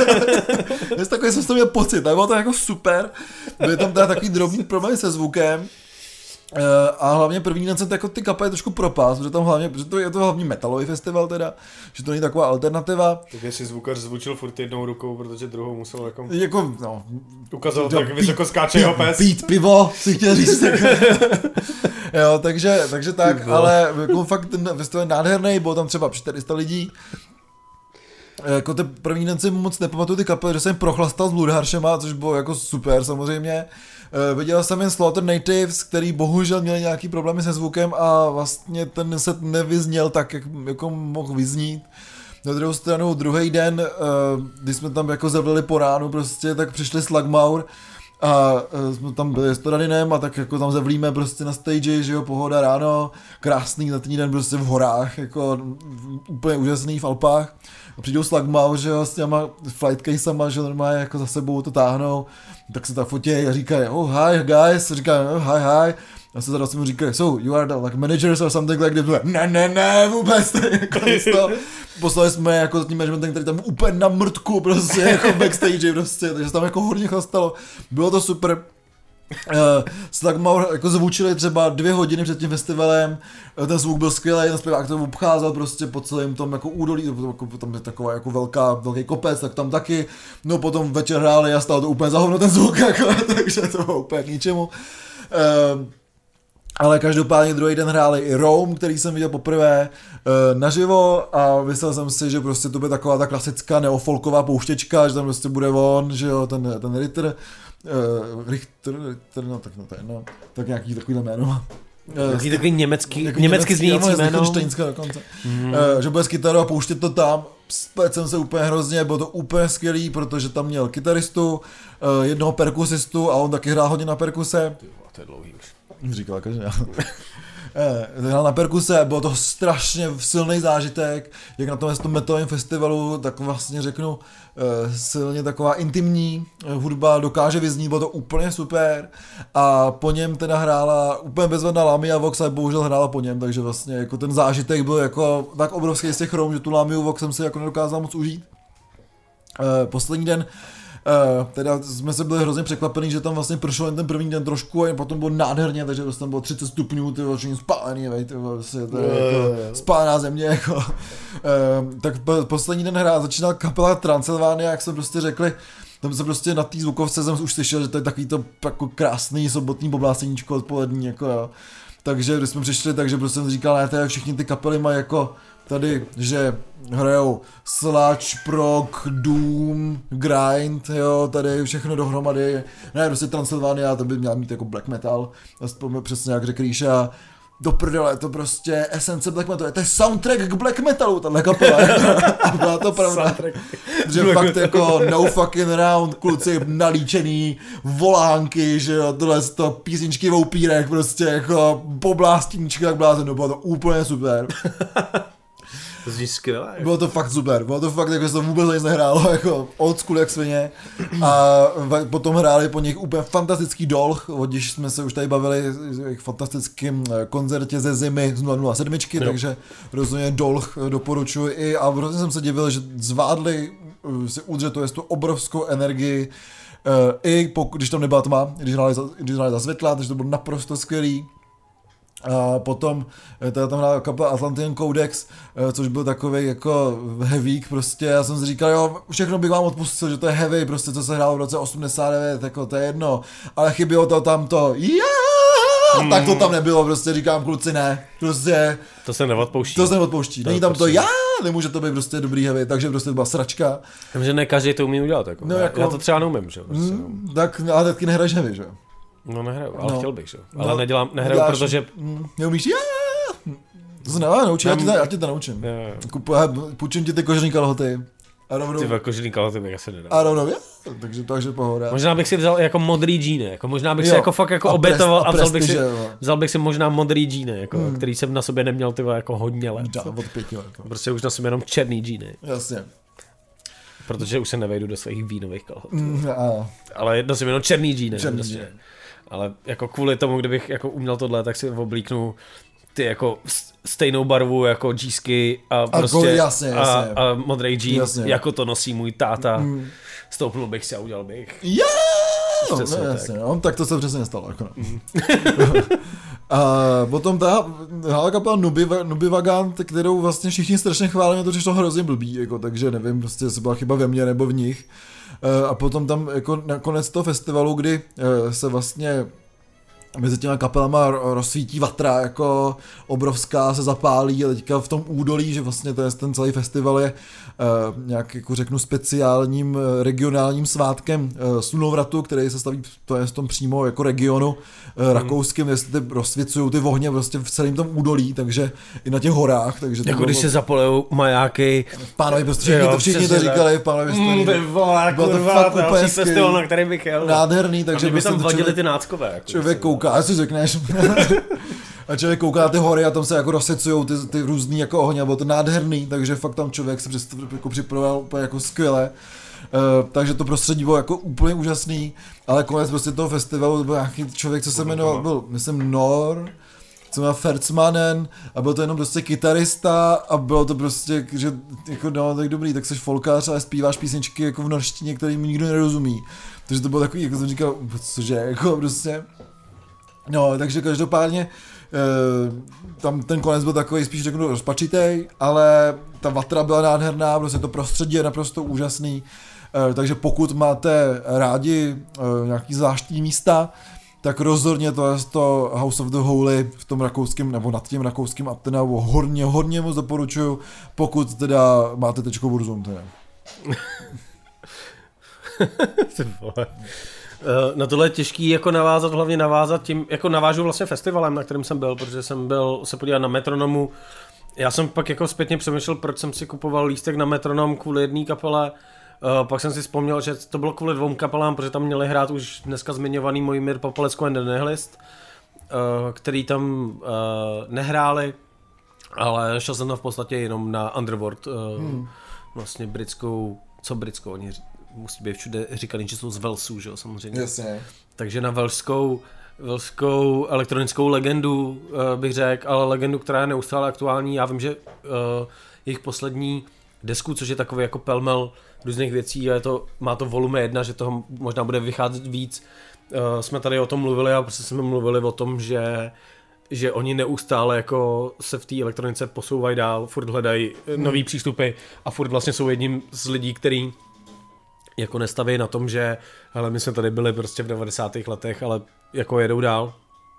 Je takový, jsem to měl pocit, tak bylo to jako super, byly tam teda takový drobný problémy se zvukem, a hlavně první den jsem jako ty kapely trošku propás, protože tam hlavně, protože to je to hlavní metalový festival teda, že to není taková alternativa. Tak jestli zvukař zvučil furt jednou rukou, protože druhou musel jako... Jako, no... Ukázal tak pít, vysoko skáče jeho pes. Pít pivo, si chtěl říct. Tak. Jo, takže, takže tak, ale jako fakt ten festival je nádherný, bylo tam třeba čtyři sta lidí. Jako ten první den si moc nepamatuju ty kapely, že jsem prochlastal s Bloodharshema, což bylo jako super samozřejmě. Viděl jsem jen Slaughter Natives, který bohužel měli nějaký problémy se zvukem a vlastně ten set nevyzněl tak, jak jako mohl vyznít. Na druhou stranu, druhý den, když jsme tam jako zavřeli po ránu prostě, tak přišli Slagmaur a jsme tam byli s Toradinem a tak jako tam zavlíme prostě na stage, že jo, pohoda ráno, krásný na ten den prostě v horách, jako úplně úžasný v Alpách. A přijdou Slagmaur, že jo, s těma flightcasama, že normálně jako za sebou to táhnou, tak se tak fotějí a říkají, oh hi guys, říkají, oh, hi hi. A se zase mu říkají, so you are the like managers or something like that, ne, ne, ne, vůbec, jako to. Poslali jsme jako s tím managementem, který tam úplně na mrtku prostě, jako backstage prostě, takže se tam jako hodně chlastalo. Bylo to super. Uh, Slagmaur jako zvučili třeba dvě hodiny před tím festivalem, uh, ten zvuk byl skvělý, ten zpěvák to obcházel prostě po celém tom jako údolí, jako, tam je taková jako velká, velký kopec, tak tam taky, no potom večer hráli a stalo to úplně za hovno ten zvuk, jako, takže to bylo úplně k ničemu. Uh, Ale každopádně druhý den hráli i Rome, který jsem viděl poprvé e, naživo a myslel jsem si, že prostě to bude taková ta klasická neofolková pouštěčka, že tam prostě bude on, že jo, ten, ten Ritter, e, Richter, Ritter, no tak no to je, no, tak nějaký takový jméno. Nějaký takový německý, německy, německy znějící jméno. dokonce. Mm. E, že bude s kytarou a pouštět to tam, splet jsem se úplně hrozně, bylo to úplně skvělý, protože tam měl kytaristu, e, jednoho perkusistu a on taky hrál hodně na perkuse. To je dlouhý už. Říkal každý. Hrál na perkuse, bylo to strašně silný zážitek, jak na tom metalovém festivalu, tak vlastně řeknu silně taková intimní hudba dokáže vyznít, bylo to úplně super a po něm teda hrála úplně bezvadná Lamia Vox, ale bohužel hrála po něm, takže vlastně jako ten zážitek byl jako tak obrovský z těch Rome, že tu Lamiu Vox jsem si jako nedokázal moc užít. Poslední den Uh, teda jsme se byli hrozně překvapení, že tam vlastně pršel jen ten první den trošku a potom bylo nádherně, takže vlastně tam bylo třicet stupňů, ty vlastně spálený, vej, ty vlastně, to je jako spálená země, jako. Uh, tak po, poslední den hrál, začínala kapela Transylvánia, jak jsme prostě řekli, tam se prostě na té zvukovce jsem už slyšel, že to je takový to jako krásný sobotní pobláseníčko odpolední, jako jo. Takže když jsme přišli, takže prostě jsem říkal, ne, tady všichni ty kapely mají jako tady, že hrajou sludge, prog, doom, grind, jo, tady všechno dohromady, ne, prostě Transylvania, to by měla mít jako black metal, přesně jak řekl Ríša, do prdele, to prostě esence black metalu, to je soundtrack k black metalu, tahle kapela, a byla to pravda, že fakt jako no fucking around, kluci nalíčený, volánky, že jo, tohle to písničky v upírech, prostě jako poblástíčky, jak blázen, no bylo to úplně super. To zní skvěle. Bylo to fakt super, bylo to fakt, jako se to vůbec nic nehrálo, jako old school jak svině. A potom hráli po nich úplně fantastický Dolch, když jsme se už tady bavili o jejich fantastickém koncertě ze zimy z nula nula sedm, no. Takže rozhodně Dolch doporučuji i a hrozně jsem se divil, že zvládli si udržet tu obrovskou energii, i pokud, když tam nebyla tma, když hráli, když hráli za světla, takže to bylo naprosto skvělý. A potom teda tam hrála kapela Atlantean Codex, což byl takový jako heavík prostě, já jsem si říkal, jo, všechno bych vám odpustil, že to je heavy, prostě co se hrálo v roce osmdesát devět, jako to je jedno, ale chybělo to tam to, já, mm. tak to tam nebylo, prostě říkám kluci ne, prostě. To se neodpouští. To se neodpouští, není tam to já, nemůže to být prostě dobrý heavy, takže prostě to byla sračka. Takže ne každý to umí udělat, jako. No, jako já to třeba neumím, že prostě, no. Tak, ale taky nehraješ heavy, že? No nehraju, ale no. chtěl bych, že? Ale no. nedělám, nehraju, Děláš, protože... Neumíš, já. To se nevá naučit, já, já ti to naučím. Půjčím ti ty kožený kalhoty. A rovnou... Ty kožený kalhoty bych asi nedal. A rovnou, já. Takže to, takže pohoda. Možná bych si vzal jako modrý džíny, jako možná bych jo. si jako fakt jako a obětoval a, a vzal bych si, vzal bych si možná modrý džíny, jako, hmm. který jsem na sobě neměl tyhle jako hodně let. Dá, od pěti let. Prostě už nosím jenom černý džíny. Jasně. Protože už se nevejdu do svých vínových kalhot. Mm, ale nosím jenom černý džíny. Černý prostě. Ale jako kvůli tomu, kdybych jako uměl tohle, tak si oblíknu ty jako stejnou barvu jako džísky a prostě a, jasně, jasně. a, a modrý džín, jasně. jako to nosí můj táta. Mm. Stoupnul bych si a udělal bych. Jo! No, no, jasně, no, tak to se přesně nestalo. Jako mm. A potom ta hlavní kapela Nubivagan, kterou vlastně všichni strašně chválili, mě to přišlo hrozně blbý, jako, takže nevím, prostě jestli byla chyba ve mně nebo v nich. A potom tam jako nakonec toho festivalu, kdy se vlastně mezi těma kapelama rozsvítí vatra jako obrovská, se zapálí a teďka v tom údolí, že vlastně ten, ten celý festival je uh, nějak jako řeknu speciálním regionálním svátkem uh, slunovratu, který se staví to je v tom přímo jako regionu uh, hmm. rakouským, kde se ty rozsvěcují ty ohně prostě v celém tom údolí, takže i na těch horách. Takže jako když se zapalujou majáky. Pánovi, prostě všichni, to, všichni to říkali, pánovi mm, ty vole, kurva, to další festival, na který bych jel. Nádherný, takže by tam vadili ty náckové. Jako člověk kouká, si řekneš. A člověk kouká na ty hory a tam se jako rozsecujou ty, ty různý jako ohně, a bylo to nádherný, takže fakt tam člověk se jako připravoval úplně jako skvěle. Uh, takže to prostředí bylo jako úplně úžasný, ale konec prostě toho festivalu byl nějaký člověk, co se jmenoval, byl myslím Nor, co měl Fertzmanen a byl to jenom prostě kytarista a bylo to prostě, že jako no tak dobrý, tak jsi folkář, ale zpíváš písničky jako v norštině, kterým nikdo nerozumí. Takže to bylo takový, jako jsem říkal, cože, jako prostě. No, takže každopádně e, tam ten konec byl takový spíš řeknu rozpačitej, ale ta vatra byla nádherná, prostě to prostředí je naprosto úžasný, e, takže pokud máte rádi e, nějaký zvláštní místa, tak rozhodně to je to House of the Holy v tom rakouském, nebo nad tím rakouským Attenau hodně, hodně moc doporučuju, pokud teda máte tečkovou rozum, teda. Na tohle je těžký jako navázat, hlavně navázat tím, jako navážu vlastně festivalem, na kterém jsem byl, protože jsem byl se podívat na Metronomu. Já jsem pak jako zpětně přemýšlel, proč jsem si kupoval lístek na Metronom kvůli jedné kapele. Uh, pak jsem si vzpomněl, že to bylo kvůli dvou kapelám, protože tam měli hrát už dneska zmiňovaný Mojmír Popolečko and the Nihilist, uh, který tam uh, nehráli, ale šel jsem tam v podstatě jenom na Underworld, uh, hmm. vlastně britskou, co britskou, oni musí být všude říkaný, že jsou z Walesu, že jo, samozřejmě. Jasně. Takže na waleskou, waleskou elektronickou legendu uh, bych řekl, ale legendu, která je neustále aktuální. Já vím, že uh, jejich poslední desku, což je takový jako pelmel různých věcí, a je to, má to volume jedna, že toho možná bude vycházet víc. Uh, jsme tady o tom mluvili a prostě jsme mluvili o tom, že že oni neustále jako se v té elektronice posouvají dál, furt hledají hmm. nový přístupy a furt vlastně jsou jedním z lidí, který jako nestaví na tom, že hele, my jsme tady byli prostě v devadesátých letech, ale jako jedou dál.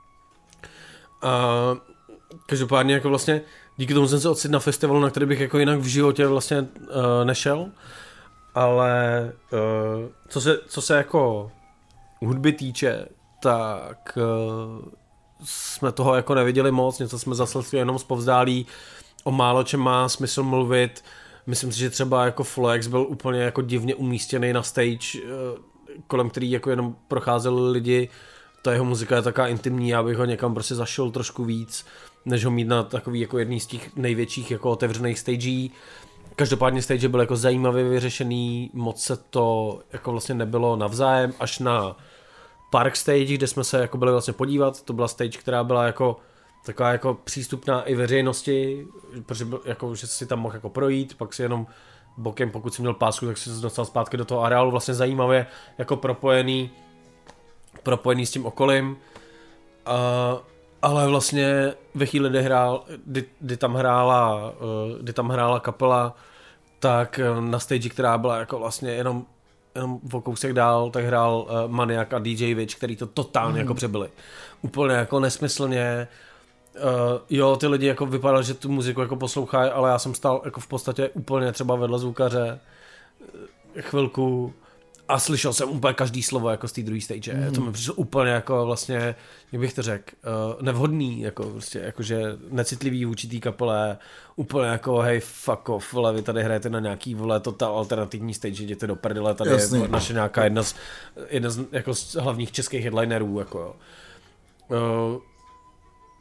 A každopádně jako vlastně díky tomu jsem se ocitl na festivalu, na který bych jako jinak v životě vlastně uh, nešel, ale uh, co se, co se jako hudby týče, tak uh, jsme toho jako neviděli moc, něco jsme zaslechli jenom zpovzdálí, o málo čem má smysl mluvit. Myslím si, že třeba jako Flex byl úplně jako divně umístěný na stage, kolem který jako jenom procházeli lidi. Ta jeho muzika je taková intimní, já bych ho někam prostě zašel trošku víc, než ho mít na takový jako jedný z těch největších jako otevřených stagí. Každopádně stage byl jako zajímavě vyřešený, moc se to jako vlastně nebylo navzájem, až na Park Stage, kde jsme se jako byli vlastně podívat, to byla stage, která byla jako taková jako přístupná i veřejnosti, protože jako, že si tam mohl jako projít, pak si jenom bokem, pokud si měl pásku, tak si se dostal zpátky do toho areálu, vlastně zajímavě jako propojený, propojený s tím okolím, a, ale vlastně ve chvíli, kdy, hrál, kdy, kdy, tam hrála, kdy tam hrála kapela, tak na stage, která byla jako vlastně jenom jenom o kousek dál, tak hrál uh, Maniak a D J Witch, který to totálně mm. jako přebyli. Úplně jako nesmyslně. Uh, jo, ty lidi jako vypadalo, že tu muziku jako poslouchají, ale já jsem stál jako v podstatě úplně třeba vedle zvukaře chvilku a slyšel jsem úplně každý slovo jako z té druhé stage. Mm. To mi přišlo úplně jako vlastně, jak bych to řekl, uh, nevhodný, jako prostě, jakože necitlivý vůči té kapele, úplně jako hej, fuck off, vole, vy tady hrajete na nějaký, vole, total alternativní stage, jděte do prdele, tady Jasný. je naše nějaká jedna z, jedna z, jako z hlavních českých headlinerů, jako jo. Uh,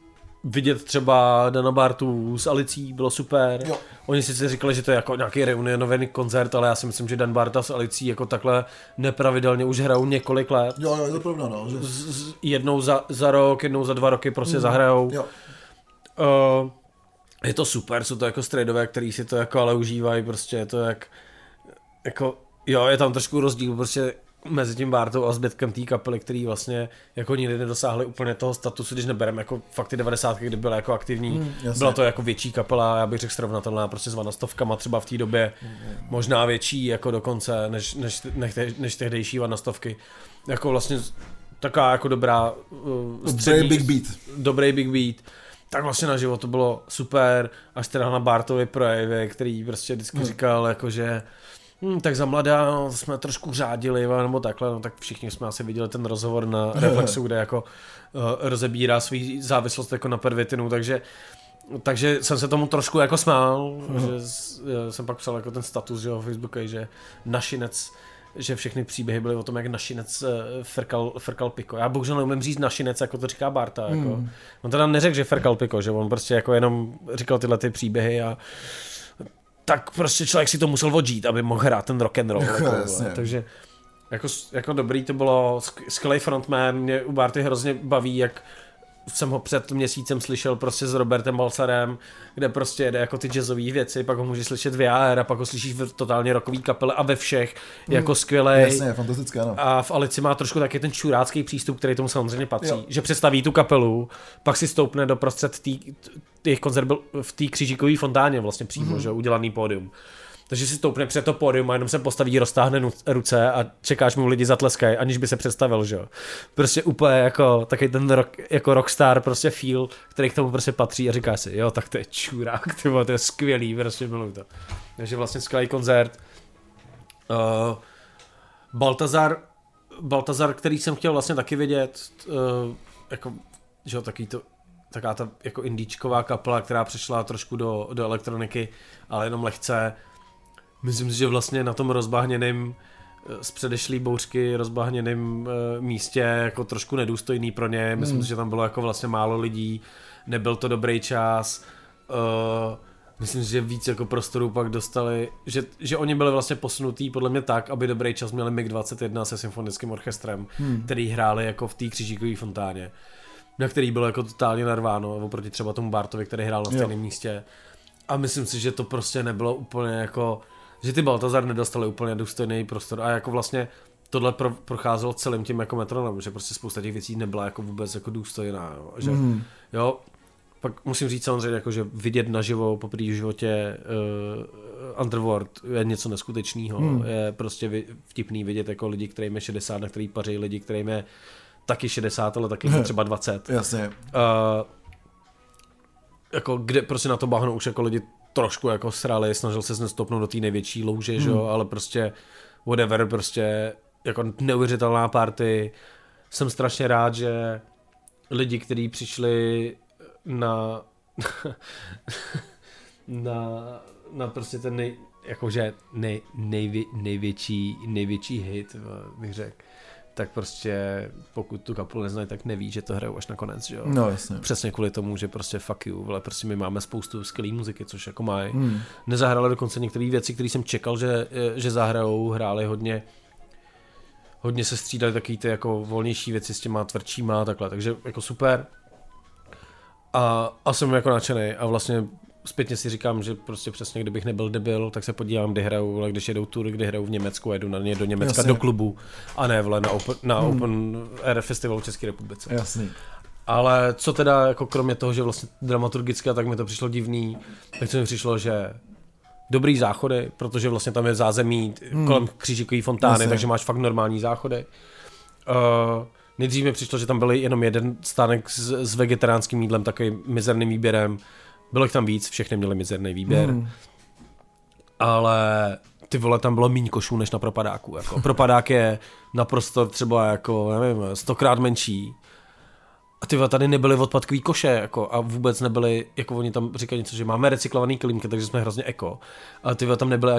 vidět třeba Dana Bartu s Alicí bylo super. Jo. Oni sice říkali, že to je jako nějaký reunionový koncert, ale já si myslím, že Dan Barta s Alicí jako takhle nepravidelně už hrajou několik let. Jo, jo, je to pravda, no. Že... Z, z, jednou za, za rok, jednou za dva roky prostě mm. zahrajou. Jo. Uh, je to super, jsou to jako strejdové, který si to jako ale užívají, prostě je to jak, jako, jo, je tam trošku rozdíl, prostě mezi tím Bartou a zbytkem té kapely, který vlastně jako nikdy nedosáhli úplně toho statusu, když nebereme jako fakt ty devadesátky, kdy byla jako aktivní, mm, byla to jako větší kapela, já bych řekl srovnatelná prostě s vanastovkama třeba v té době, mm, možná větší jako dokonce, než, než, než, než tehdejší vanastovky, jako vlastně taková jako dobrá uh, střední, dobrý big beat. Dobrý big beat. Tak vlastně na život to bylo super, až teda na Bartovy projevy, který prostě vždycky mm. říkal jako, že Hmm, tak za mladá no, jsme trošku řádili, nebo takhle, no, tak všichni jsme asi viděli ten rozhovor na Reflexu, kde jako uh, rozebírá svou závislost jako na pervitinu, takže, takže jsem se tomu trošku jako smál, že já jsem pak psal jako ten status, že jo, Facebooku, že našinec, že všechny příběhy byly o tom, jak našinec uh, frkal, frkal piko. Já bohužel neumím říct našinec, jako to říká Barta, jako. Hmm. On teda neřekl, že frkal piko, že on prostě jako jenom říkal tyhle ty příběhy a tak prostě člověk si to musel odžít, aby mohl hrát ten rock and roll. Jako, takže jako, jako dobrý to bylo, skvělý frontman, mě u Barty hrozně baví, jak jsem ho před měsícem slyšel prostě s Robertem Balsarem, kde prostě jede jako ty jazzové věci, pak ho můžeš slyšet v A R a pak ho slyšíš v totálně rockový kapele a ve všech, mm, jako skvělej. Jasně, fantastické, ano. A v Alici má trošku taky ten čurácký přístup, který tomu samozřejmě patří, jo. Že představí tu kapelu, pak si stoupne do prostřed tý, těch koncert byl v té křížíkové fontáně vlastně přímo, mm. že udělaný pódium. Takže si stoupne před to pódium a jenom se postaví, roztáhne ruce a čekáš mu lidi zatleskají, aniž by se představil, že jo. Prostě úplně jako takový ten rock, jako rockstar prostě feel, který k tomu prostě patří a říká si, jo, tak to je čurák, tyvo, to je skvělý, prostě miluji to. Takže vlastně skvělý koncert. Uh, Baltazar, Baltazar, který jsem chtěl vlastně taky vidět, uh, jako, že jo, taky to, taká ta jako indíčková kapela, která přešla trošku do, do elektroniky, ale jenom lehce. Myslím si, že vlastně na tom rozbahněném z předešlý bouřky rozbahněném e, místě jako trošku nedůstojný pro ně. Myslím si, mm. že tam bylo jako vlastně málo lidí, nebyl to dobrý čas. E, myslím si, že víc jako prostoru pak dostali, že, že oni byli vlastně posunutí podle mě tak, aby dobrý čas měli mig dvacet jedna se symfonickým orchestrem, mm. který hráli jako v té křížíkové fontáně, na který bylo jako totálně narváno, oproti třeba tomu Bartovi, který hrál na stejném místě. A myslím si, že to prostě nebylo úplně jako, že ty Baltazar nedostali úplně důstojný prostor a jako vlastně tohle pro, procházelo celým tím jako metronomem, že prostě spousta těch věcí nebyla jako vůbec jako důstojná, jo. Že, mm. jo, pak musím říct samozřejmě jako, že vidět naživo poprvé v životě uh, Underworld je něco neskutečného, mm. je prostě vtipný vidět jako lidi, kterým je šedesát, na který paří lidi, kterým je taky šedesát, ale taky třeba dvacet. Jasně. Uh, jako kde prostě na to bahno už jako lidi trošku jako srali, snažil se nestoupnout do té největší louže, hmm. že jo, ale prostě whatever, prostě jako neuvěřitelná party. Jsem strašně rád, že lidi, kteří přišli na na, na prostě ten nej, jakože nej, nejvě, největší, největší hit, bych řekl, tak prostě pokud tu kapelu neznají, tak neví, že to hrajou až nakonec, že jo. No, jasně. Přesně kvůli tomu, že prostě fuck you, ale prostě my máme spoustu skvělý muziky, což jako mají. Hmm. Nezahrali dokonce některé věci, které jsem čekal, že, že zahrajou, hráli hodně, hodně se střídali takový ty jako volnější věci s těma tvrdšíma a takhle, takže jako super. A, a jsem jako nadšený a vlastně zpětně si říkám, že prostě přesně kdybych nebyl debil, tak se podívám, kdy hrajou, ale když jedou tury, kdy hrajou v Německu, jedu na ně do Německa Jasně. do klubu a ne vole na Open, na hmm. Open Air Festivalu v České republice. Jasný. Ale co teda jako kromě toho, že vlastně dramaturgicky a tak mi to přišlo divný, tak co mi přišlo, že dobrý záchody, protože vlastně tam je zázemí hmm. kolem křížíkový fontány, Jasně. takže máš fakt normální záchody. Uh, nejdřív mi přišlo, že tam byl jenom jeden stánek s, s vegetariánským jídlem, takovým mizerným výběrem. Bylo jich tam víc, všechny měli mizerný výběr. Hmm. Ale ty vole, tam bylo míň košů než na Propadáku. Jako. Propadák je na prostor třeba jako, nevím, stokrát menší. A ty vole, tady nebyly odpadkový koše jako, a vůbec nebyly, jako oni tam říkají něco, že máme recyklovaný kelímky, takže jsme hrozně eko. Ale ty vole, tam nebyly ani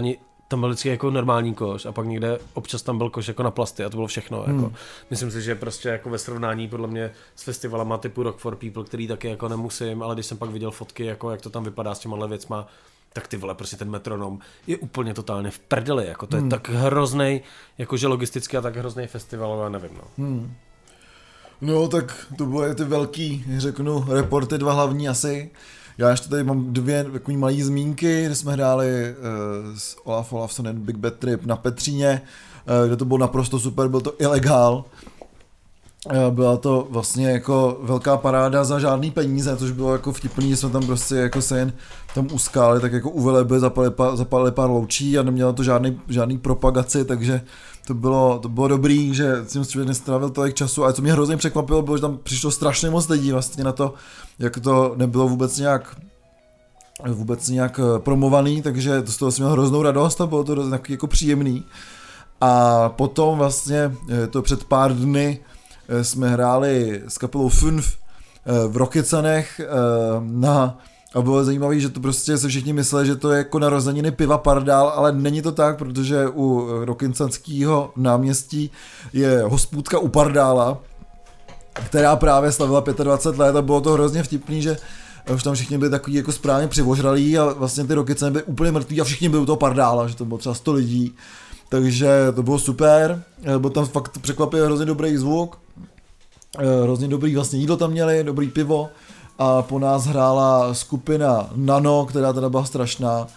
tam byl vždycky jako normální koš a pak někde občas tam byl koš jako na plasty a to bylo všechno. Hmm. Jako. Myslím si, že prostě jako ve srovnání podle mě s festivalama typu Rock for People, který taky jako nemusím, ale když jsem pak viděl fotky, jako jak to tam vypadá s těma věcma, tak ty vole, prostě ten Metronom je úplně totálně v prdeli, jako to je hmm. tak hroznej, jakože logisticky a tak hroznej festival, já nevím, no. Hmm. No, tak to byly ty velký, řeknu, reporty dva hlavní asi. Já ještě tady mám dvě takový malý zmínky, kde jsme hráli uh, s Olaf Olafsonem Big Bad Trip na Petříně, uh, kde to bylo naprosto super, byl to ilegál. Uh, byla to vlastně jako velká paráda za žádný peníze, což bylo jako vtipný, že jsme tam prostě jako se jen tam uskáli, tak jako u veleby zapalili, zapalili pár loučí a nemělo to žádný, žádný propagaci, takže to bylo, to bylo dobrý, že jsem člověk nestrávil tolik času, ale co mě hrozně překvapilo, bylo, že tam přišlo strašně moc lidí vlastně na to, jak to nebylo vůbec nějak vůbec nějak promovaný, takže to z toho jsem měl hroznou radost a bylo to hrozně jako příjemný. A potom vlastně to před pár dny jsme hráli s kapelou Fünf v Rokycanech na a bylo zajímavé, že to prostě se všichni mysleli, že to je jako narozeniny piva Pardál, ale není to tak, protože u Rokycanského náměstí je hospůdka u Pardála, která právě slavila dvacet pět let a bylo to hrozně vtipný, že už tam všichni byli takový jako správně přivožralí a vlastně ty Rokycany byly úplně mrtví a všichni byli u toho Pardála, že to bylo třeba sto lidí, takže to bylo super, byl tam fakt překvapivě hrozně dobrý zvuk, hrozně dobrý vlastně jídlo tam měli, dobrý pivo. A po nás hrála skupina Nano, která teda byla strašná.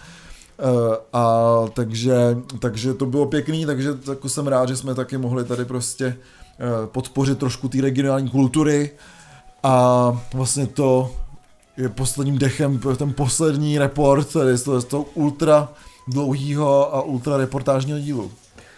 A takže, takže to bylo pěkný, takže jako jsem rád, že jsme taky mohli tady prostě podpořit trošku té regionální kultury. A vlastně to je posledním dechem, ten poslední report, tady z toho, z toho ultra dlouhýho a ultra reportážního dílu.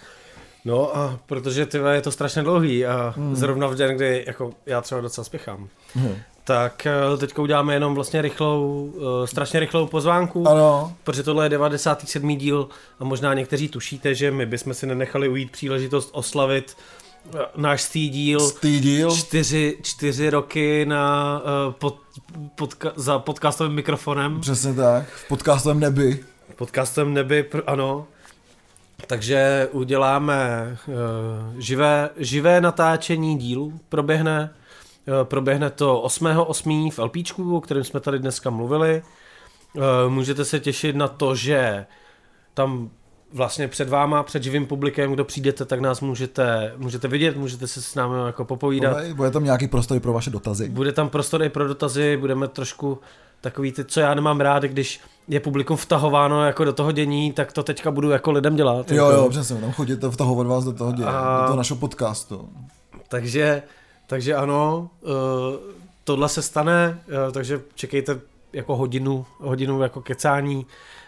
No a protože tyhle je to strašně dlouhý a hmm. zrovna v den, kdy jako já třeba docela spěchám. Hmm. Tak teďka uděláme jenom vlastně rychlou, strašně rychlou pozvánku, ano. Protože tohle je devadesátý sedmý díl a možná někteří tušíte, že my bychom si nenechali ujít příležitost oslavit náš stý díl, stý díl. Čtyři, čtyři roky na, pod, podka, za podcastovým mikrofonem. Přesně tak, v podcastovém nebi. V podcastovém nebi, ano. Takže uděláme uh, živé, živé natáčení dílu, proběhne. Proběhne to osmého osmého v LPčku, o kterém jsme tady dneska mluvili. Můžete se těšit na to, že tam vlastně před váma, před živým publikem, kdo přijdete, tak nás můžete, můžete vidět, můžete se s námi jako popovídat. Bude tam nějaký prostor pro vaše dotazy. Bude tam prostor i pro dotazy, budeme trošku takový ty, co já nemám rád, když je publikum vtahováno jako do toho dění, tak to teďka budu jako lidem dělat. Jo, jo, přesně, tam chodíte vtahovat vás do toho dění, a... do toho našeho podcastu. Takže Takže ano, tohle se stane, takže čekejte jako hodinu, hodinu jako kecání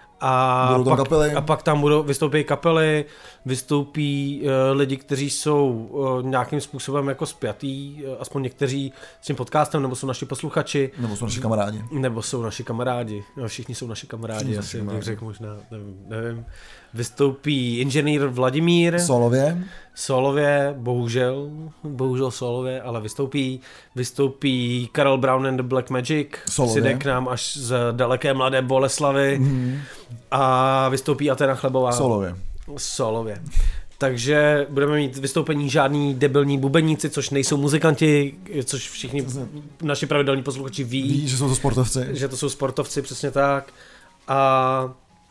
a pak, a pak tam budou, vystoupí kapely, vystoupí lidi, kteří jsou nějakým způsobem jako spjatý, aspoň někteří s tím podcastem, nebo jsou naši posluchači. Nebo jsou naši kamarádi. Nebo jsou naši kamarádi, no, všichni jsou naši kamarádi, všichni asi bych řekl možná, nevím, nevím. Vystoupí inženýr Vladimír. Solově. Solově, bohužel, bohužel solově, ale vystoupí, vystoupí Karel Brown and the Black Magic, přijde k nám až z daleké mladé Boleslavy mm. a vystoupí Atena Chlebová. Solově. Solově. Takže budeme mít vystoupení žádný debilní bubeníci, což nejsou muzikanti, což všichni naši pravidelní posluchači ví. Ví, že jsou to sportovci. Že to jsou sportovci, přesně tak. A,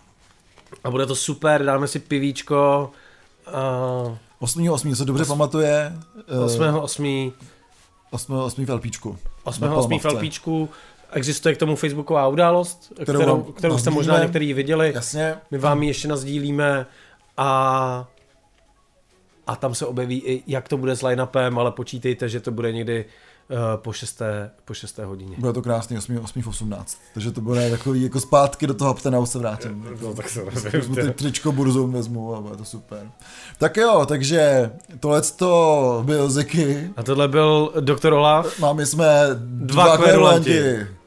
a bude to super, dáme si pivíčko. A... osmého osmého se dobře pamatuje. osmého osmého osmého osmého v LPčku. osmého osmého v LPčku. Existuje k tomu facebooková událost, kterou, kterou, kterou jste možná některý viděli. Jasně. My vám ji ještě nasdílíme a, a tam se objeví i jak to bude s line-upem, ale počítejte, že to bude někdy uh, po, šesté, po šesté hodině. Bude to krásný osmého osmého v osmnáct. Takže to bude takový jako zpátky do toho Aptena už se vrátím. No, tak se nevím. Ty tričko burzum vezmu a bude to super. Tak jo, takže tohleto byl Ziky. A tohle byl doktor Olaf. Máme jsme dva, dva kverulanti.